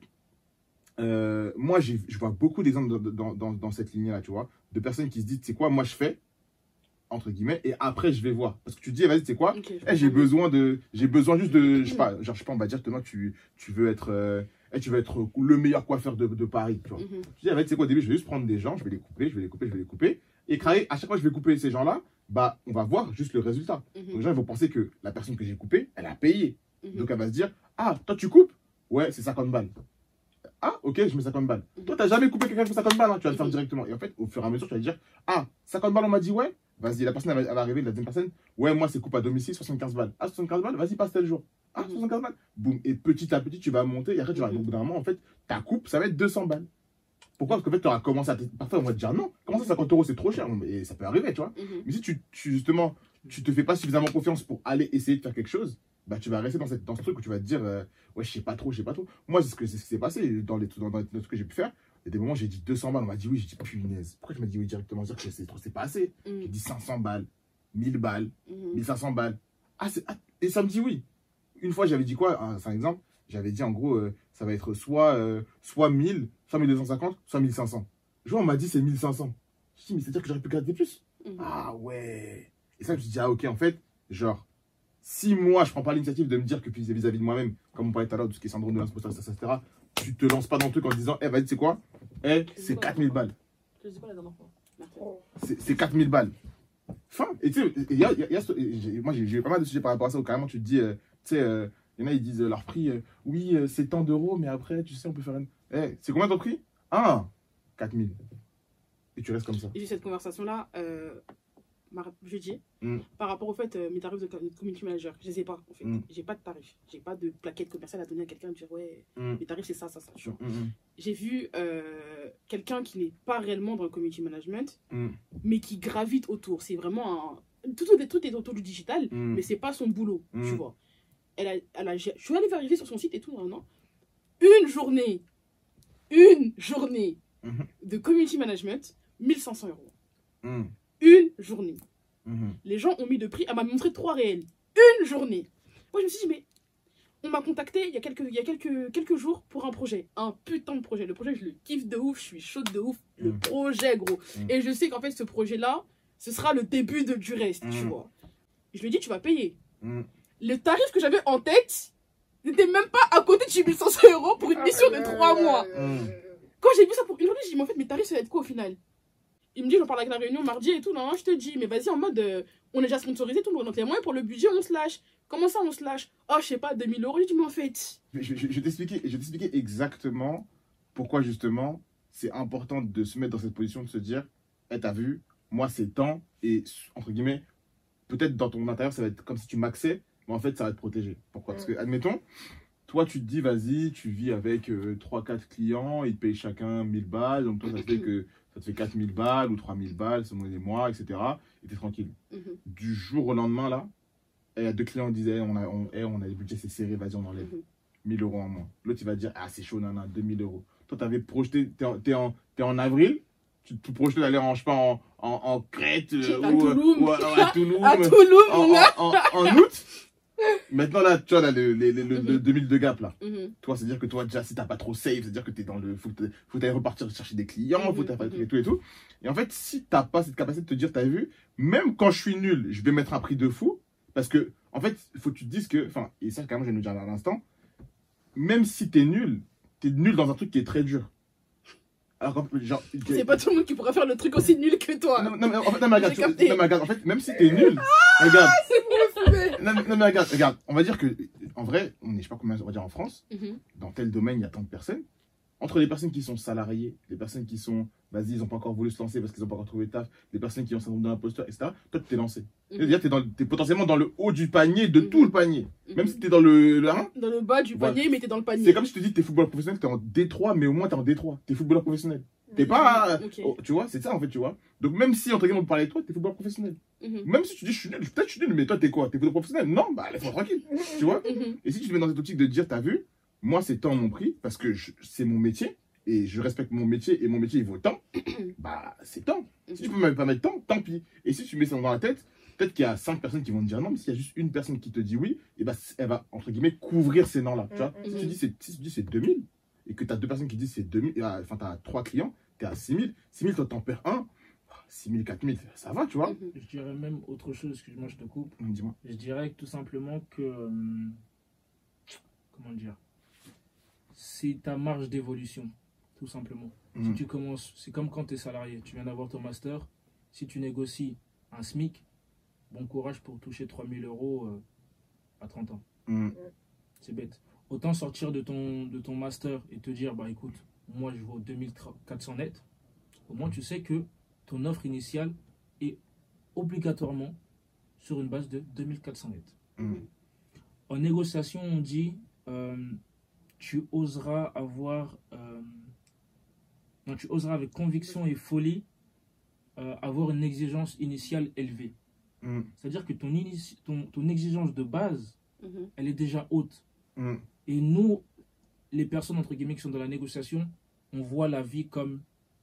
euh, moi, je vois beaucoup d'exemples dans, dans, dans cette ligne-là, tu vois, de personnes qui se disent, c'est quoi, moi je fais, entre guillemets, et après je vais voir. Parce que tu dis, vas-y, c'est quoi, okay, hey, j'ai besoin de, j'ai besoin juste de, je sais pas, genre, je sais pas, on va dire, demain, tu, tu veux être, euh, hey, tu veux être le meilleur coiffeur de, de Paris, tu vois. Mm-hmm. Tu dis, vas-y, c'est quoi, au début, je vais juste prendre des gens, je vais les couper, je vais les couper, je vais les couper, et créer, à chaque fois que je vais couper ces gens-là, bah, on va voir juste le résultat. Mm-hmm. Donc, les gens ils vont penser que la personne que j'ai coupée, elle a payé. Mm-hmm. Donc, elle va se dire, ah, toi, tu coupes? Ouais, c'est cinquante balles. Ah, ok, je mets cinquante balles. Mm-hmm. Toi, t'as jamais coupé quelqu'un pour cinquante balles, hein, tu vas le faire directement. Et en fait, au fur et à mesure, tu vas dire, ah, cinquante balles, on m'a dit, ouais, vas-y, la personne, elle va, elle va arriver, la deuxième personne, ouais, moi, c'est coupe à domicile, soixante-quinze balles. Ah, soixante-quinze balles, vas-y, passe tel jour. Ah, mm-hmm. soixante-quinze balles. Boum. Et petit à petit, tu vas monter, et après, tu vas, mm-hmm. au bout d'un moment, en fait, ta coupe, ça va être deux cents balles. Pourquoi? Parce qu'en fait, tu auras commencé à... Parfois, on va te dire non. Comment ça, cinquante euros, c'est trop cher? Et ça peut arriver, tu vois. Mm-hmm. Mais si tu, tu, justement, tu te fais pas suffisamment confiance pour aller essayer de faire quelque chose, bah, tu vas rester dans, cette, dans ce truc où tu vas te dire, euh, ouais, je sais pas trop, je sais pas trop. Moi, c'est ce, que, ce qui s'est passé dans, les, dans, dans, dans ce que j'ai pu faire. Il y a des moments où j'ai dit deux cents balles, on m'a dit oui, j'ai dit punaise. Pourquoi tu m'as dit oui directement? Dire que c'est trop, c'est pas assez. Mm-hmm. J'ai dit cinq cents balles, mille balles, mm-hmm. mille cinq cents balles. Ah, ah, et ça me dit oui. Une fois, j'avais dit quoi? C'est un exemple. J'avais dit en gros, euh, ça va être soit, euh, soit mille, soit mille deux cent cinquante, soit mille cinq cents. Le jour, on m'a dit c'est mille cinq cents. Je dis, mais c'est-à-dire que j'aurais pu garder plus. Mhm. Ah ouais. Et ça, je me suis dit, ah ok, en fait, genre, si moi, je prends pas l'initiative de me dire que vis-à-vis de moi-même, comme on parlait tout à l'heure de ce qui est syndrome de l'imposteur, et cetera, tu te lances pas dans le truc en disant, eh, vas-y, c'est quoi? Eh, c'est quatre mille balles. Je te dis pas la dernière fois. Merci. C'est c'est quatre mille balles. Fin. Et tu sais, il y a, il y a- il y a ce- j'ai- moi, j'ai j'ai eu pas mal de sujets par rapport à ça où carrément tu te dis, euh, tu sais, euh, il y en a, ils disent euh, leur prix, euh, oui, euh, c'est tant d'euros, mais après, tu sais, on peut faire une. Eh, c'est combien ton prix? Ah, quatre mille. Et tu restes comme ça. J'ai eu cette conversation-là euh, mar- jeudi Mm. par rapport au fait, euh, mes tarifs de, co- de community manager. Je les ai pas, en fait. Mm. J'ai pas de tarifs. J'ai pas de plaquette commerciale à donner à quelqu'un et dire, ouais, Mm. mes tarifs, c'est ça, ça, ça. tu vois. Mm, J'ai vu euh, quelqu'un qui n'est pas réellement dans le community management, mm, mais qui gravite autour. C'est vraiment un. Tout, tout, est- tout est autour du digital, mm, mais c'est pas son boulot, Mm. tu vois. Elle a, elle a, je suis allée vérifier sur son site et tout, non, non. Une journée, une journée Mhm. de community management, mille cinq cents euros. mm, Une journée. mm, Les gens ont mis de prix, elle m'a montré trois réels. Une journée. Moi, je me suis dit, mais on m'a contacté il y a, quelques, il y a quelques, quelques jours pour un projet. Un putain de projet. Le projet, je le kiffe de ouf, je suis chaude de ouf. Le Mm. projet, gros. Mm. Et je sais qu'en fait, ce projet-là, ce sera le début de, du reste, tu Mm. vois. Je lui ai dit, tu vas payer. mm. Le tarif que j'avais en tête n'était même pas à côté de mille cinq cents euros pour une mission de trois mois. Quand j'ai vu ça pour une journée, j'ai dit, mais en fait, mes tarifs, ça va être quoi au final? Il me dit, j'en parle avec la réunion mardi et tout. Non, non, je te dis, mais vas-y, en mode, euh, on est déjà sponsorisé, tout le monde. Donc, les moyens pour le budget, on se lâche. Comment ça, on se lâche? Oh, je sais pas, deux mille euros. J'ai dit, mais en fait. Je, je, je vais t'expliquer je vais t'expliquer exactement pourquoi, justement, c'est important de se mettre dans cette position, de se dire, eh, t'as vu, moi, c'est temps, et, entre guillemets, peut-être dans ton intérieur, ça va être comme si tu maxais, mais en fait, ça va te protéger. Pourquoi? Parce que, admettons, toi, tu te dis, vas-y, tu vis avec euh, trois quatre clients, ils te payent chacun mille balles, donc toi, ça te fait que ça te fait quatre mille balles ou trois mille balles selon les mois, et cetera. Et t'es tranquille. Mhm. Du jour au lendemain, là, il y a deux clients qui disaient, on a, on, eh, on a les budgets, c'est serré, vas-y, on enlève. Mhm. mille euros en moins. L'autre, il va dire, ah, c'est chaud, nana, deux mille euros. Toi, tu avais projeté, t'es en, t'es en, t'es en avril, tu te projetais d'aller en, je sais pas, en, en, en Crète, euh, À ou, Toulouse. ou à, à Toulouse, À Toulouse, en, mon gars. en, en, en août. Maintenant, là, tu vois, là, le, le, le, le, le Mhm. deux mille de gap, là. Mhm. Toi, c'est-à-dire que toi, déjà, si t'as pas trop safe, c'est-à-dire que t'es dans le. Faut que t'ailles- faut que t'ailles repartir chercher des clients, faut que t'ailles faire des trucs et tout et tout. Et en fait, si t'as pas cette capacité de te dire, t'as vu, même quand je suis nul, je vais mettre un prix de fou. Parce que, en fait, il faut que tu te dises que. Enfin, et ça, quand même, je vais me dire à l'instant, même si t'es nul, t'es nul dans un truc qui est très dur. Alors, qu'en fait, genre. C'est pas tout le monde qui pourrait faire le truc aussi nul que toi. Non, non, mais en fait, non, mais regarde, J'ai tu- capté. non, mais regarde, en fait, même si t'es nul, regarde. Mais- Non, non, mais regarde, regarde, on va dire que, en vrai, on est, je sais pas combien, on va dire en France, Mhm. dans tel domaine, il y a tant de personnes. Entre les personnes qui sont salariées, les personnes qui sont, vas-y, ils n'ont pas encore voulu se lancer parce qu'ils n'ont pas encore trouvé de taf, les personnes qui ont syndrome de l'imposteur, et cetera. Toi, tu t'es lancé. Mhm. C'est-à-dire, tu es, es potentiellement dans le haut du panier, de Mhm. tout le panier. Mhm. Même si tu es dans le, le un, Dans le bas du Voilà. panier, mais t'es dans le panier. c'est comme si je te dis, tu es footballeur professionnel, tu es en D trois, mais au moins tu es en D trois. Tu es footballeur professionnel. T'es pas. Ok. oh, tu vois, c'est ça en fait, tu vois. Donc, même si, entre guillemets, on parlait de toi, tu es footballeur professionnel. Mhm. Même si tu dis, je suis nul, peut-être je suis nul, mais toi, tu es quoi? Tu es footballeur professionnel? Non, bah, laisse-moi tranquille. Tu vois. Mhm. Et si tu te mets dans cette optique de dire, t'as vu, moi c'est tant mon prix, parce que je- c'est mon métier, et je respecte mon métier, et mon métier il vaut tant, bah c'est tant. Si tu peux même pas mettre tant, tant pis. Et si tu mets ça dans la tête, peut-être qu'il y a cinq personnes qui vont te dire non, mais s'il y a juste une personne qui te dit oui, et bah elle va, entre guillemets, couvrir ces noms-là. Tu vois. Mhm. Si tu dis c'est si tu dis c'est deux mille, et que tu as deux personnes qui disent c'est deux mille, et, euh, enfin tu as trois clients, tu es à six mille, six mille toi t'en perds un, six mille, quatre mille, ça va, tu vois. Mhm. Je dirais même autre chose, excuse-moi, je te coupe. Dis-moi. Je dirais que tout simplement que. euh, comment dire? C'est ta marge d'évolution, tout simplement. Mhm. Si tu commences, c'est comme quand tu es salarié, tu viens d'avoir ton master. Si tu négocies un SMIC, bon courage pour toucher trois mille euros euh, à trente ans. Mhm. C'est bête. Autant sortir de ton, de ton master et te dire, bah écoute, moi je vaux deux mille quatre cents net. Au moins tu sais que ton offre initiale est obligatoirement sur une base de deux mille quatre cents net. Mhm. En négociation, on dit, euh, tu oseras avoir, euh, non, tu oseras avec conviction et folie euh, avoir une exigence initiale élevée. Mhm. C'est-à-dire que ton, inici- ton, ton exigence de base, Mhm. elle est déjà haute. Mhm. Et nous, les personnes entre guillemets qui sont dans la négociation, on voit la vie comme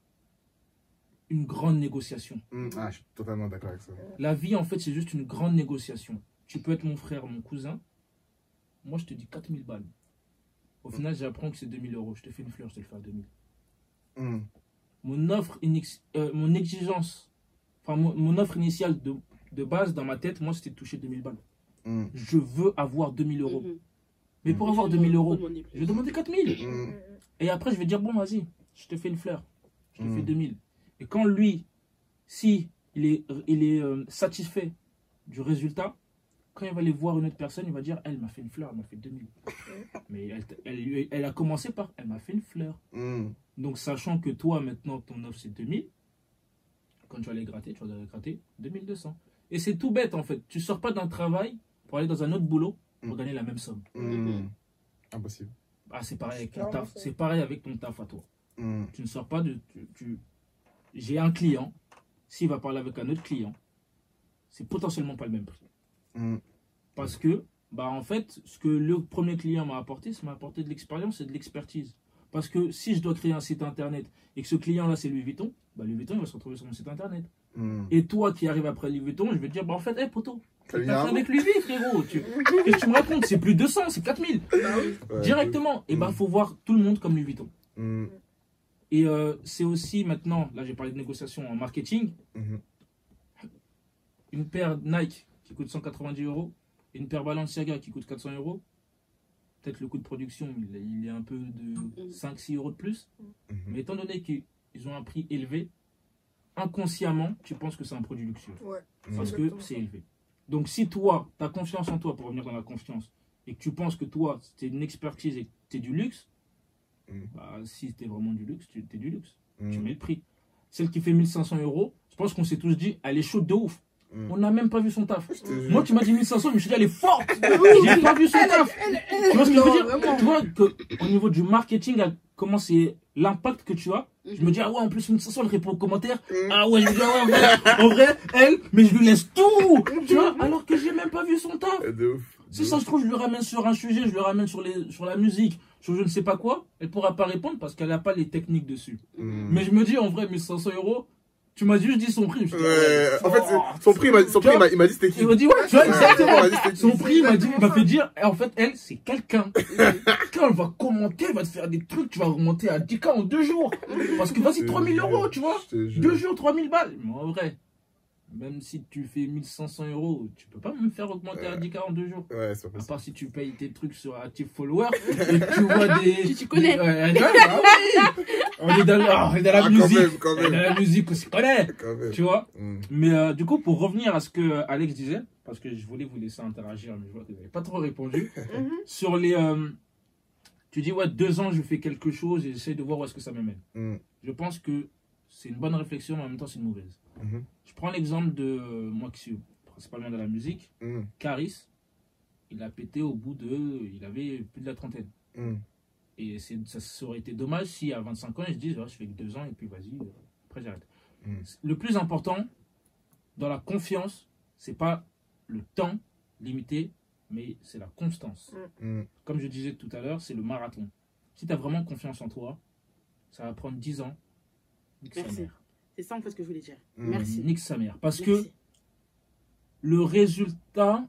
une grande négociation. Mhm. Ah, je suis totalement d'accord avec ça. La vie, en fait, c'est juste une grande négociation. Tu peux être mon frère, mon cousin. Moi, je te dis quatre mille balles. Au final, j'apprends que c'est deux mille euros. Je te fais une fleur, je te le fais à deux mille. Mm. Mon offre, inex- euh, mon exigence, enfin mon, mon offre initiale de, de base dans ma tête, moi, c'était de toucher deux mille balles. Mm. Je veux avoir deux mille euros. Mhm. Mais pour Mm. avoir deux mille euros, Demander plus. je vais demander quatre mille. Mm. Et après, je vais dire, bon, vas-y, je te fais une fleur. Je te Mm. fais deux mille. Et quand lui, si il est, il est euh, satisfait du résultat, quand il va aller voir une autre personne, il va dire, elle m'a fait une fleur, elle m'a fait deux mille. Mais elle, elle, lui- elle a commencé par, elle m'a fait une fleur. Mm. Donc, sachant que toi, maintenant, ton offre, c'est deux mille, quand tu vas aller gratter, tu vas aller gratter deux mille deux cents. Et c'est tout bête, en fait. Tu sors pas d'un travail pour aller dans un autre boulot pour Mm. gagner la même somme. Mm. Impossible. Ah, c'est pareil avec ton Clairement, taf. ça. C'est pareil avec ton taf à toi. Mm. Tu ne sors pas de... Tu, tu- J'ai un client, s'il va parler avec un autre client, c'est potentiellement pas le même prix. Mm. Parce que, bah en fait, ce que le premier client m'a apporté, ça m'a apporté de l'expérience et de l'expertise. Parce que si je dois créer un site internet et que ce client-là, c'est Louis Vuitton, bah Louis Vuitton, il va se retrouver sur mon site internet. Mm. Et toi qui arrives après Louis Vuitton, je vais te dire, bah en fait, hé poto, T'as mis t'as un fait avec Louis Vuitton, frérot. Tu... Qu'est-ce que tu me racontes? C'est plus de deux cents, c'est quatre mille. Bah oui. Ouais, Directement. Et bah, Mm. faut voir tout le monde comme Louis Vuitton. Mm. Et euh, c'est aussi maintenant, là j'ai parlé de négociation en marketing, Mhm. une paire Nike qui coûte cent quatre-vingt-dix euros et une paire Balenciaga qui coûte quatre cents euros. Peut-être le coût de production, il est, il est un peu de cinq six euros de plus. Mhm. Mais étant donné qu'ils ont un prix élevé, inconsciemment, tu penses que c'est un produit luxueux. Ouais. Parce que exactement c'est ça. élevé. Donc si toi, tu as confiance en toi pour revenir dans la confiance, et que tu penses que toi, c'est une expertise et que tu es du luxe, Mm. bah, si tu es vraiment du luxe, tu es du luxe. Mm. Tu mets le prix. Celle qui fait mille cinq cents euros, je pense qu'on s'est tous dit, elle est chaude de ouf. Mm. On n'a même pas vu son taf. Je te jure. Moi, tu m'as dit mille cinq cents, je me suis dit, elle est forte. J'ai pas vu son taf. Tu vois ce que je veux Non, dire? vraiment. Tu vois qu'au niveau du marketing, à- comment c'est l'impact que tu as. Je me dis, ah ouais, en plus, mille cinq cents, elle répond aux commentaires. Mm. Ah ouais, je me dis, ah ouais, en vrai, en vrai, elle, mais je lui laisse tout. Tu vois, alors que j'ai même pas vu son taf. De ouf. Si De ça ouf. se trouve, je le ramène sur un sujet, je le ramène sur, les, sur la musique, sur je ne sais pas quoi, elle pourra pas répondre parce qu'elle n'a pas les techniques dessus. Mm. Mais je me dis, en vrai, mille cinq cents euros, tu m'as juste dit son prix. Je me suis dit, Ouais, ah ouais, en fait, oh. c'est- son prix, il m'a son prix, il m'a- il m'a dit c'était qui? Il m'a dit, ouais, tu vois, Ouais, exactement. il m'a dit c'était qui? Son prix, il m'a dit, il m'a fait exactement dire, en fait, elle, c'est quelqu'un. Quand elle va commenter, elle va te faire des trucs, tu vas remonter à dix K en deux jours. Parce que vas-y, Je te trois mille jure, euros, tu vois. je te jure. Deux jours, trois mille balles. Mais en vrai, même si tu fais mille cinq cents euros, tu peux pas me faire augmenter à dix K en deux jours. Ouais, c'est pas À possible. part si tu payes tes trucs sur Active Follower et que tu vois des. Tu t'y connais. des- ouais, ouais, bah oui. On est dans, la- on est dans la Ah, quand musique. même, quand On est dans même. la musique, on s'y connaît. Quand même. Tu vois. Mm. Mais euh, du coup, pour revenir à ce que euh, Alex disait, parce que je voulais vous laisser interagir, mais je vois que vous n'avez pas trop répondu. Mhm. Sur les. euh, tu dis, ouais, deux ans, je fais quelque chose et j'essaie de voir où est-ce que ça me mène. Mm. Je pense que c'est une bonne réflexion, mais en même temps, c'est une mauvaise. Mhm. Je prends l'exemple de euh, moi qui suis principalement dans la musique. Mm. Caris, il a pété au bout de. Il avait plus de la trentaine. Mm. Et c'est- ça, ça aurait été dommage si à vingt-cinq ans, il se dise, ouais, je fais que deux ans et puis vas-y, euh, après j'arrête. Mm. Le plus important dans la confiance, c'est pas le temps limité, mais c'est la constance. Mm. Comme je disais tout à l'heure, c'est le marathon. Si tu as vraiment confiance en toi, ça va prendre dix ans. Nique sa Merci. mère. C'est ça en fait ce que je voulais dire. Mm. Merci. Nique sa mère. Parce que Merci. le résultat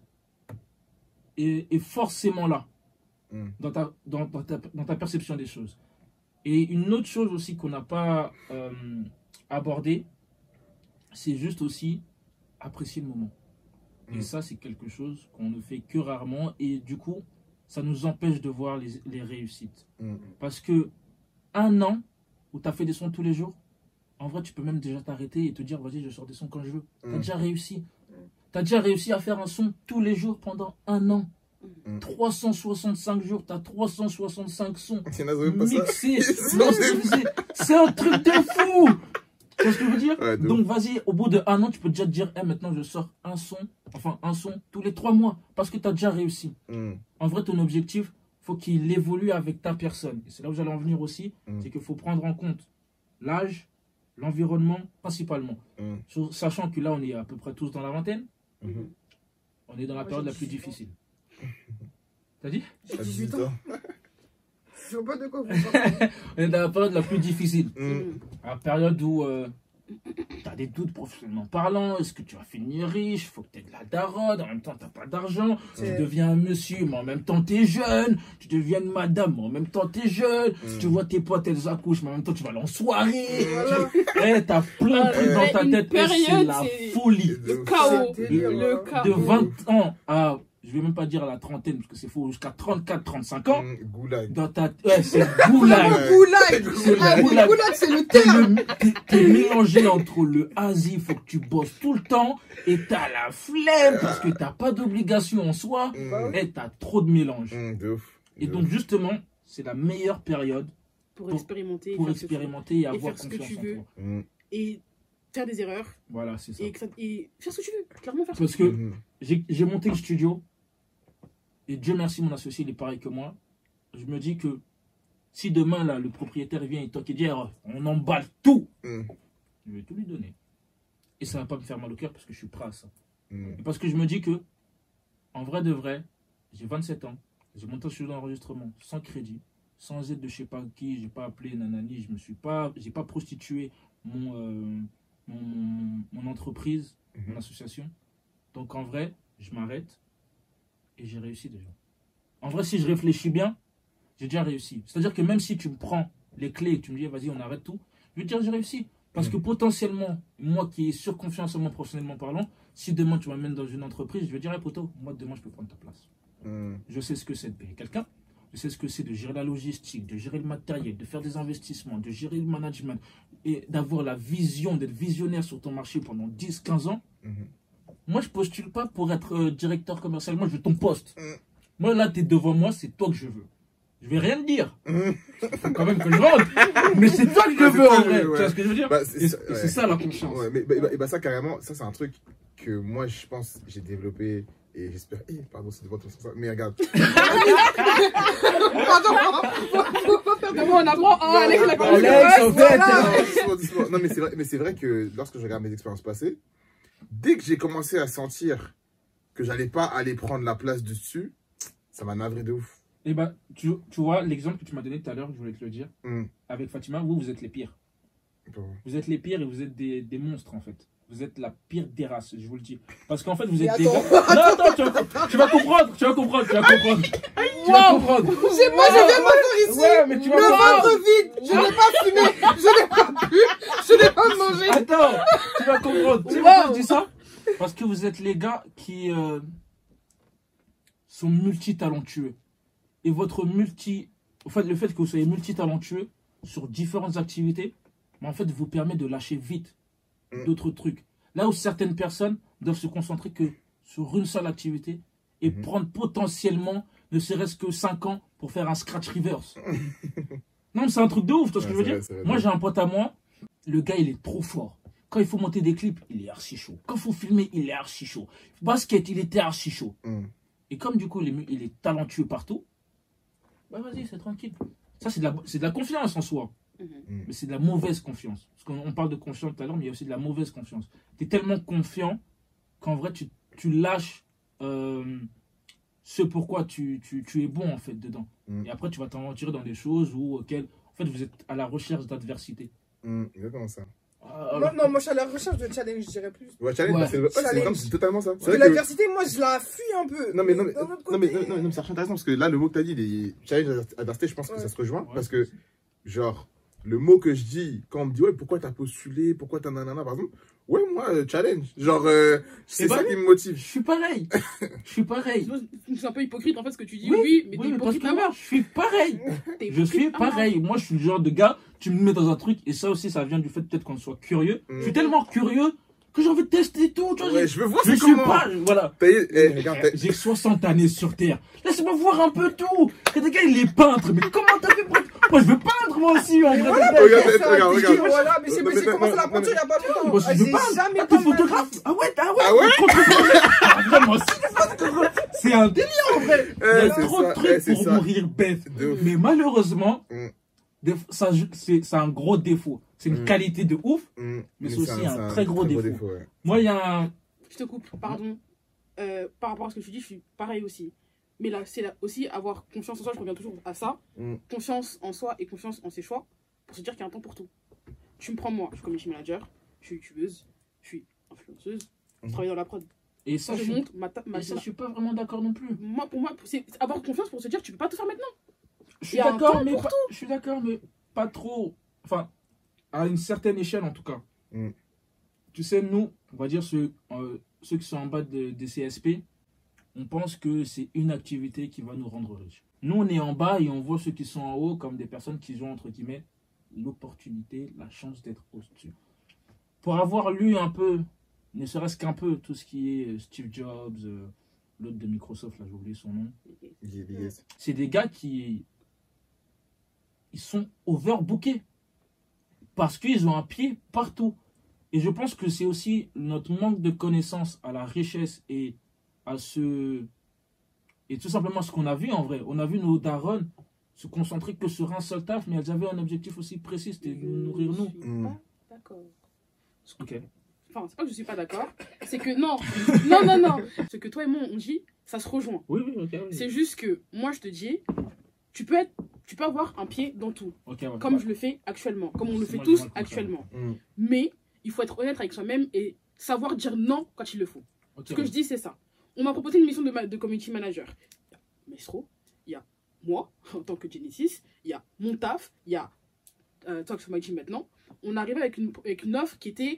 est, est forcément là Mm. dans ta, dans, dans ta, dans ta perception des choses. Et une autre chose aussi qu'on n'a pas euh, abordée, c'est juste aussi apprécier le moment. Et Mm. ça, c'est quelque chose qu'on ne fait que rarement. Et du coup, ça nous empêche de voir les, les réussites. Mm. Parce que un an où tu as fait des sons tous les jours, en vrai, tu peux même déjà t'arrêter et te dire, vas-y, je sors des sons quand je veux. Tu as Mm. déjà réussi. Tu as déjà réussi à faire un son tous les jours pendant un an. Mm. trois cent soixante-cinq jours, tu as trois cent soixante-cinq sons Il y en a même pas ça. mixés. Ils Non, ont c'est- même c'est- C'est un truc de fou. Tu vois ce que je veux dire? Ouais, de Donc vas-y, au bout de un an, tu peux déjà te dire, eh, maintenant je sors un son, enfin un son tous les trois mois, parce que tu as déjà réussi. Mm. En vrai, ton objectif, faut qu'il évolue avec ta personne. Et c'est là où j'allais en venir aussi, Mm. c'est qu'il faut prendre en compte l'âge, l'environnement, principalement. Mm. Sur- Sachant que là, on est à peu près tous dans la vingtaine, Mhm. on est dans la Moi, période j'ai la plus dix-huit ans. difficile. T'as dit? J'ai À dix-huit dix-huit ans. Je vois pas de quoi vous parlez. On est dans la période la plus difficile. Mm. Mm. La période où euh, Tu as des doutes professionnellement parlant. Est-ce que tu vas finir riche? Il faut que tu aies de la daronne. En même temps, tu n'as pas d'argent. Tu deviens un monsieur, mais en même temps, tu es jeune. Tu deviens une madame, mais en même temps, tu es jeune. Mm. Tu vois tes potes, elles accouchent, mais en même temps, tu vas aller en soirée. Voilà. Tu hey, as plein de trucs dans ta tête. C'est la folie. Le chaos. Le, le chaos. De vingt ans à... Je vais même pas dire à la trentaine, parce que c'est faux, jusqu'à trente-quatre trente-cinq ans. Mmh, goulag. Dans ta... Ouais, c'est goulag. Goulag. C'est ah, goulag. Goulag, c'est le terme. T'es, t'es mélangé entre le Asie, il faut que tu bosses tout le temps, et t'as la flemme, parce que t'as pas d'obligation en soi, mmh. et t'as trop de mélange. Mmh, de ouf. Et de donc, ouf. justement, c'est la meilleure période pour, pour expérimenter, pour expérimenter et, et avoir faire confiance ce que tu en veux. toi. Mmh. Et faire des erreurs. Voilà, c'est ça. Et, et faire ce que tu veux, clairement faire ce parce que tu veux. Parce que j'ai, j'ai monté le studio. Et Dieu merci, mon associé, il est pareil que moi. Je me dis que si demain, là, le propriétaire vient et toque et dit on emballe tout, mm. je vais tout lui donner. Et ça ne va pas me faire mal au cœur parce que je suis prêt à ça. Mm. Et parce que je me dis que, en vrai de vrai, j'ai vingt-sept ans, j'ai monté un studio d'enregistrement sans crédit, sans aide de je ne sais pas qui, je n'ai pas appelé nanani, je ne suis pas, j'ai pas prostitué mon, euh, mon, mon entreprise, mm-hmm. mon association. Donc en vrai, je m'arrête. Et j'ai réussi déjà. En vrai, si je réfléchis bien, j'ai déjà réussi. C'est-à-dire que même si tu me prends les clés et tu me dis, vas-y, on arrête tout, je vais te dire, j'ai réussi. Parce mmh. que potentiellement, moi qui ai surconfiance en moi professionnellement parlant, si demain tu m'amènes dans une entreprise, je vais dire, hey, poto, moi demain je peux prendre ta place. Mmh. Je sais ce que c'est de payer quelqu'un, je sais ce que c'est de gérer la logistique, de gérer le matériel, de faire des investissements, de gérer le management et d'avoir la vision, d'être visionnaire sur ton marché pendant dix quinze ans. Mmh. Moi, je postule pas pour être euh, directeur commercial. Moi, je veux ton poste. Mm. Moi, là, tu es devant moi, c'est toi que je veux. Je vais rien te dire. Mm. Faut quand même que je rentre. Mais c'est toi que je veux, en vrai. Ouais. Tu vois ce que je veux dire? Bah, c'est, et, ouais. c'est ça, la confiance. Ouais, mais bah, bah, bah, ça, carrément, ça, c'est un truc que moi, je pense, j'ai développé et j'espère... Eh, pardon, c'est devant ton sens. Mais regarde. Pardon. On apprend. Oh, Alex, la Alex, en fait. Doucement, doucement. Non, mais c'est vrai, mais c'est vrai que lorsque je regarde mes expériences passées, dès que j'ai commencé à sentir que j'allais pas aller prendre la place dessus, ça m'a navré de ouf. Et bah, tu, tu vois, l'exemple que tu m'as donné tout à l'heure, je voulais te le dire, mm. avec Fatima, vous, vous êtes les pires. Bon. Vous êtes les pires et vous êtes des, des monstres, en fait. Vous êtes la pire des races, je vous le dis. Parce qu'en fait, vous êtes des gars... Non, attends, tu vas, tu vas comprendre, tu vas comprendre, tu vas comprendre. Tu vas comprendre. C'est moi, je viens m'asseoir ici. Ouais, mais tu vas le ventre vide, je n'ai pas fumé, je n'ai pas bu, je n'ai pas mangé. Attends, tu vas comprendre. Tu sais pourquoi je dis ça? Parce que vous êtes les gars qui euh, sont multitalentueux. Et votre multi... En fait, le fait que vous soyez multitalentueux sur différentes activités, en fait, vous permet de lâcher vite d'autres trucs. Là où certaines personnes doivent se concentrer que sur une seule activité et mmh. prendre potentiellement ne serait-ce que cinq ans pour faire un scratch reverse. Non, mais c'est un truc de ouf, tu vois ce que je veux dire? Vrai, moi, j'ai un pote à moi, le gars, il est trop fort. Quand il faut monter des clips, il est archi chaud. Quand il faut filmer, il est archi chaud. Basket, il était archi chaud. Mmh. Et comme du coup, il est, il est talentueux partout, bah vas-y, c'est tranquille. Ça, c'est de, la, c'est de la confiance en soi. Mmh. Mais c'est de la mauvaise confiance. Parce qu'on parle de confiance tout à l'heure, mais il y a aussi de la mauvaise confiance. Tu es tellement confiant qu'en vrai, tu, tu lâches euh, ce pourquoi tu, tu, tu es bon, en fait, dedans. Mmh. Et après, tu vas t'en retirer dans des choses où, auxquelles, en fait, vous êtes à la recherche d'adversité. Mmh, exactement ça. Euh, non, non, moi, je suis à la recherche de challenge, je dirais plus. Ouais, challenge, ouais. C'est, ouais, challenge. C'est, c'est totalement ça. C'est l'adversité, que... moi, je la fuis un peu. Non, mais non, mais, non, mais, non, mais, non, mais, non, mais c'est intéressant parce que là, le mot que tu as dit, les challenge, adversité, je pense ouais. que ça se rejoint. Ouais, parce que, genre, le mot que je dis, quand on me dit, ouais, pourquoi t'as postulé, pourquoi t'as nanana, par exemple, ouais, moi, euh, challenge. Genre, euh, c'est ça qui me motive. Je suis pareil. Je suis pareil. C'est un peu hypocrite, en fait, ce que tu dis, oui, oui mais oui, t'es hypocrite à mort. Je suis pareil. Je suis pareil. Moi, je suis le genre de gars, tu me mets dans un truc, et ça aussi, ça vient du fait peut-être qu'on soit curieux. Mm. Je suis tellement curieux que j'ai envie de tester tout. Tu vois, ouais, je veux voir je c'est suis comment. Pas, voilà. Eh, regarde, j'ai soixante années sur Terre. Laisse-moi voir un peu tout. Et des gars, il est peintre. Mais comment t'as fait pour... Moi, je veux peindre, moi aussi. En vrai. Voilà, regarde, regarde, regarde. Voilà, mais j'ai, mais j'ai commencé la peinture il n'y a pas longtemps. Moi, je veux pas. Jamais t'es photographe. Ah ouais, ah ouais. Ah ouais. Ah, vraiment, c'est un délire, en vrai. Il y a trop de trucs pour mourir bête. Mais malheureusement, ça, c'est, c'est un gros défaut. C'est une mmh. qualité de ouf, mmh. mais, mais c'est aussi un, un très gros, très gros défaut. défaut ouais. Moi, il y a un... Je te coupe, pardon. Euh, par rapport à ce que tu dis, je suis pareil aussi. Mais là, c'est là aussi avoir confiance en soi, je reviens toujours à ça. Mmh. Confiance en soi et confiance en ses choix pour se dire qu'il y a un temps pour tout. Tu me prends moi, je suis community manager. je suis youtubeuse, je suis influenceuse, je Mhm. travaille dans la prod. Et ça, Quand je je suis, monte ma, ta- ma et ça, je suis pas vraiment d'accord non plus. moi, pour moi, c'est avoir confiance pour se dire tu peux pas tout faire maintenant. Je suis Il y a un d'accord, temps mais pour pas, je suis d'accord, mais pas trop. Enfin, à une certaine échelle en tout cas. Mm. Tu sais, nous, on va dire ceux, euh, ceux qui sont en bas de, des C S P, on pense que c'est une activité qui va nous rendre riches. Nous, on est en bas et on voit ceux qui sont en haut comme des personnes qui ont, entre guillemets, l'opportunité, la chance d'être au-dessus. Pour avoir lu un peu, ne serait-ce qu'un peu, tout ce qui est Steve Jobs, euh, l'autre de Microsoft, là j'ai oublié son nom, Bill Gates. c'est des gars qui ils sont overbookés parce qu'ils ont un pied partout. Et je pense que c'est aussi notre manque de connaissance à la richesse et à ce et tout simplement ce qu'on a vu en vrai. On a vu nos darons se concentrer que sur un seul taf, mais elles avaient un objectif aussi précis, c'était de nous nourrir nous. Je suis Mm. pas d'accord. Ok. Enfin, c'est pas que je suis pas d'accord, c'est que non, non, non, non. Ce que toi et moi on dit, ça se rejoint. Oui, oui, ok. Oui. C'est juste que moi je te dis, tu peux être, tu peux avoir un pied dans tout, Ok, ouais. comme Ouais. je le fais actuellement, comme on le C'est fait moi, tous je vois le contraire. actuellement. Mm. Mais il faut être honnête avec soi-même et savoir dire non quand il le faut. Ok, Ce que ouais. je dis, c'est ça. On m'a proposé une mission de, ma- de community manager. Il y a Maestro, il y a moi, en tant que Genesis, il y a mon taf, il y a euh, Talk to My Team maintenant. On arrivait avec une, avec une offre qui était,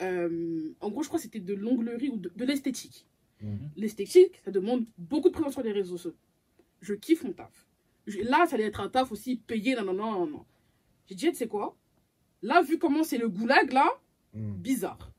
euh, en gros, je crois que c'était de l'onglerie ou de, de l'esthétique. Mhm. L'esthétique, ça demande beaucoup de présence sur les réseaux sociaux. Je kiffe mon taf. Je- là, ça allait être un taf aussi payé, non, non, non, non, non. J'ai dit, tu sais quoi? Là, vu comment c'est le goulag, là, Mm. bizarre.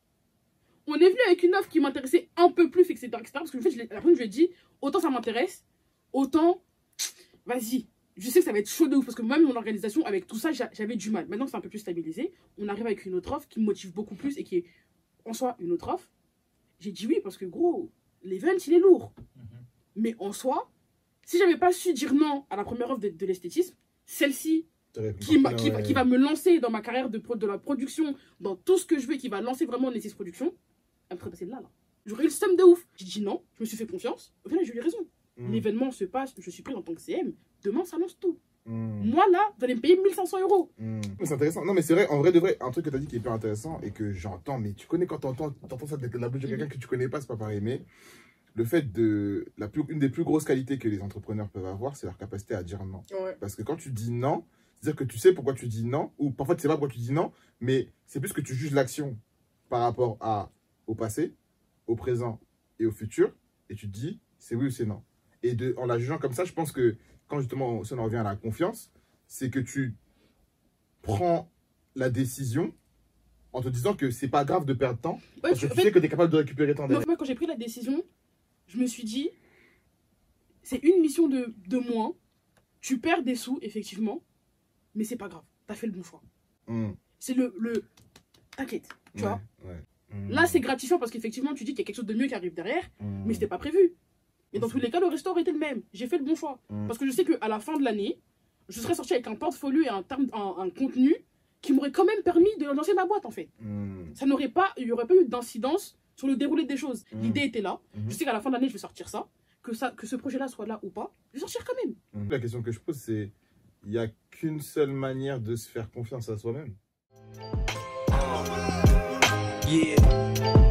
On est venu avec une offre qui m'intéressait un peu plus, et cetera, et cetera. Parce que en fait, je l'ai- la première, je lui ai dit, autant ça m'intéresse, autant, vas-y. Je sais que ça va être chaud de ouf, parce que même mon organisation, avec tout ça, j'a- j'avais du mal. Maintenant que c'est un peu plus stabilisé, on arrive avec une autre offre qui me motive beaucoup plus et qui est, en soi, une autre offre. J'ai dit oui, parce que gros, l'event, il est lourd. Mhm. Mais en soi, si j'avais pas su dire non à la première offre de, de l'esthétisme, celle-ci, T'aurais qui, m'a- pu qui, va, ouais. qui va me lancer dans ma carrière de, pro- de la production, dans tout ce que je veux, qui va lancer vraiment Nessis Production, elle me ferait passer de là, là. J'aurais eu le seum de ouf. J'ai dit non, je me suis fait confiance. Au final, j'ai eu raison. Mm. L'événement se passe, je suis pris en tant que C M. Demain, ça lance tout. Mm. Moi, là, vous allez me payer mille cinq cents euros. Mm. Mais c'est intéressant. Non, mais c'est vrai, en vrai de vrai, un truc que tu as dit qui est hyper intéressant et que j'entends, mais tu connais quand tu entends, ça de la bouche de quelqu'un que tu connais pas, c'est pas pareil. Mais le fait de. La plus, une des plus grosses qualités que les entrepreneurs peuvent avoir, c'est leur capacité à dire non. Ouais. Parce que quand tu dis non, c'est-à-dire que tu sais pourquoi tu dis non, ou parfois tu sais pas pourquoi tu dis non, mais c'est plus que tu juges l'action par rapport à, au passé, au présent et au futur, et tu te dis c'est oui ou c'est non. Et de, en la jugeant comme ça, je pense que quand justement ça en revient à la confiance, c'est que tu prends la décision en te disant que c'est pas grave de perdre temps, Ouais, parce que en tu fait, sais que tu es capable de récupérer ton moi, derrière. moi, quand j'ai pris la décision, je me suis dit, c'est une mission de, de moins. Tu perds des sous, effectivement, mais c'est pas grave. T'as fait le bon choix. Mm. C'est le... le... T'inquiète, tu Ouais, vois. ouais. Mm. Là, c'est gratifiant parce qu'effectivement, tu dis qu'il y a quelque chose de mieux qui arrive derrière, Mm. mais c'était pas prévu. Et dans tous les cas, le restaurant était le même. J'ai fait le bon choix. Mm. Parce que je sais qu'à la fin de l'année, je serais sorti avec un portfolio et un, terme, un, un contenu qui m'aurait quand même permis de lancer ma boîte, en fait. Mm. Ça n'aurait pas, il n'y aurait pas eu d'incidence sur le déroulé des choses. Mm. L'idée était là. Mhm. Je sais qu'à la fin de l'année, je vais sortir ça. Que, ça, que ce projet-là soit là ou pas, je vais sortir quand même. Mm. La question que je pose, c'est il n'y a qu'une seule manière de se faire confiance à soi-même. Yeah.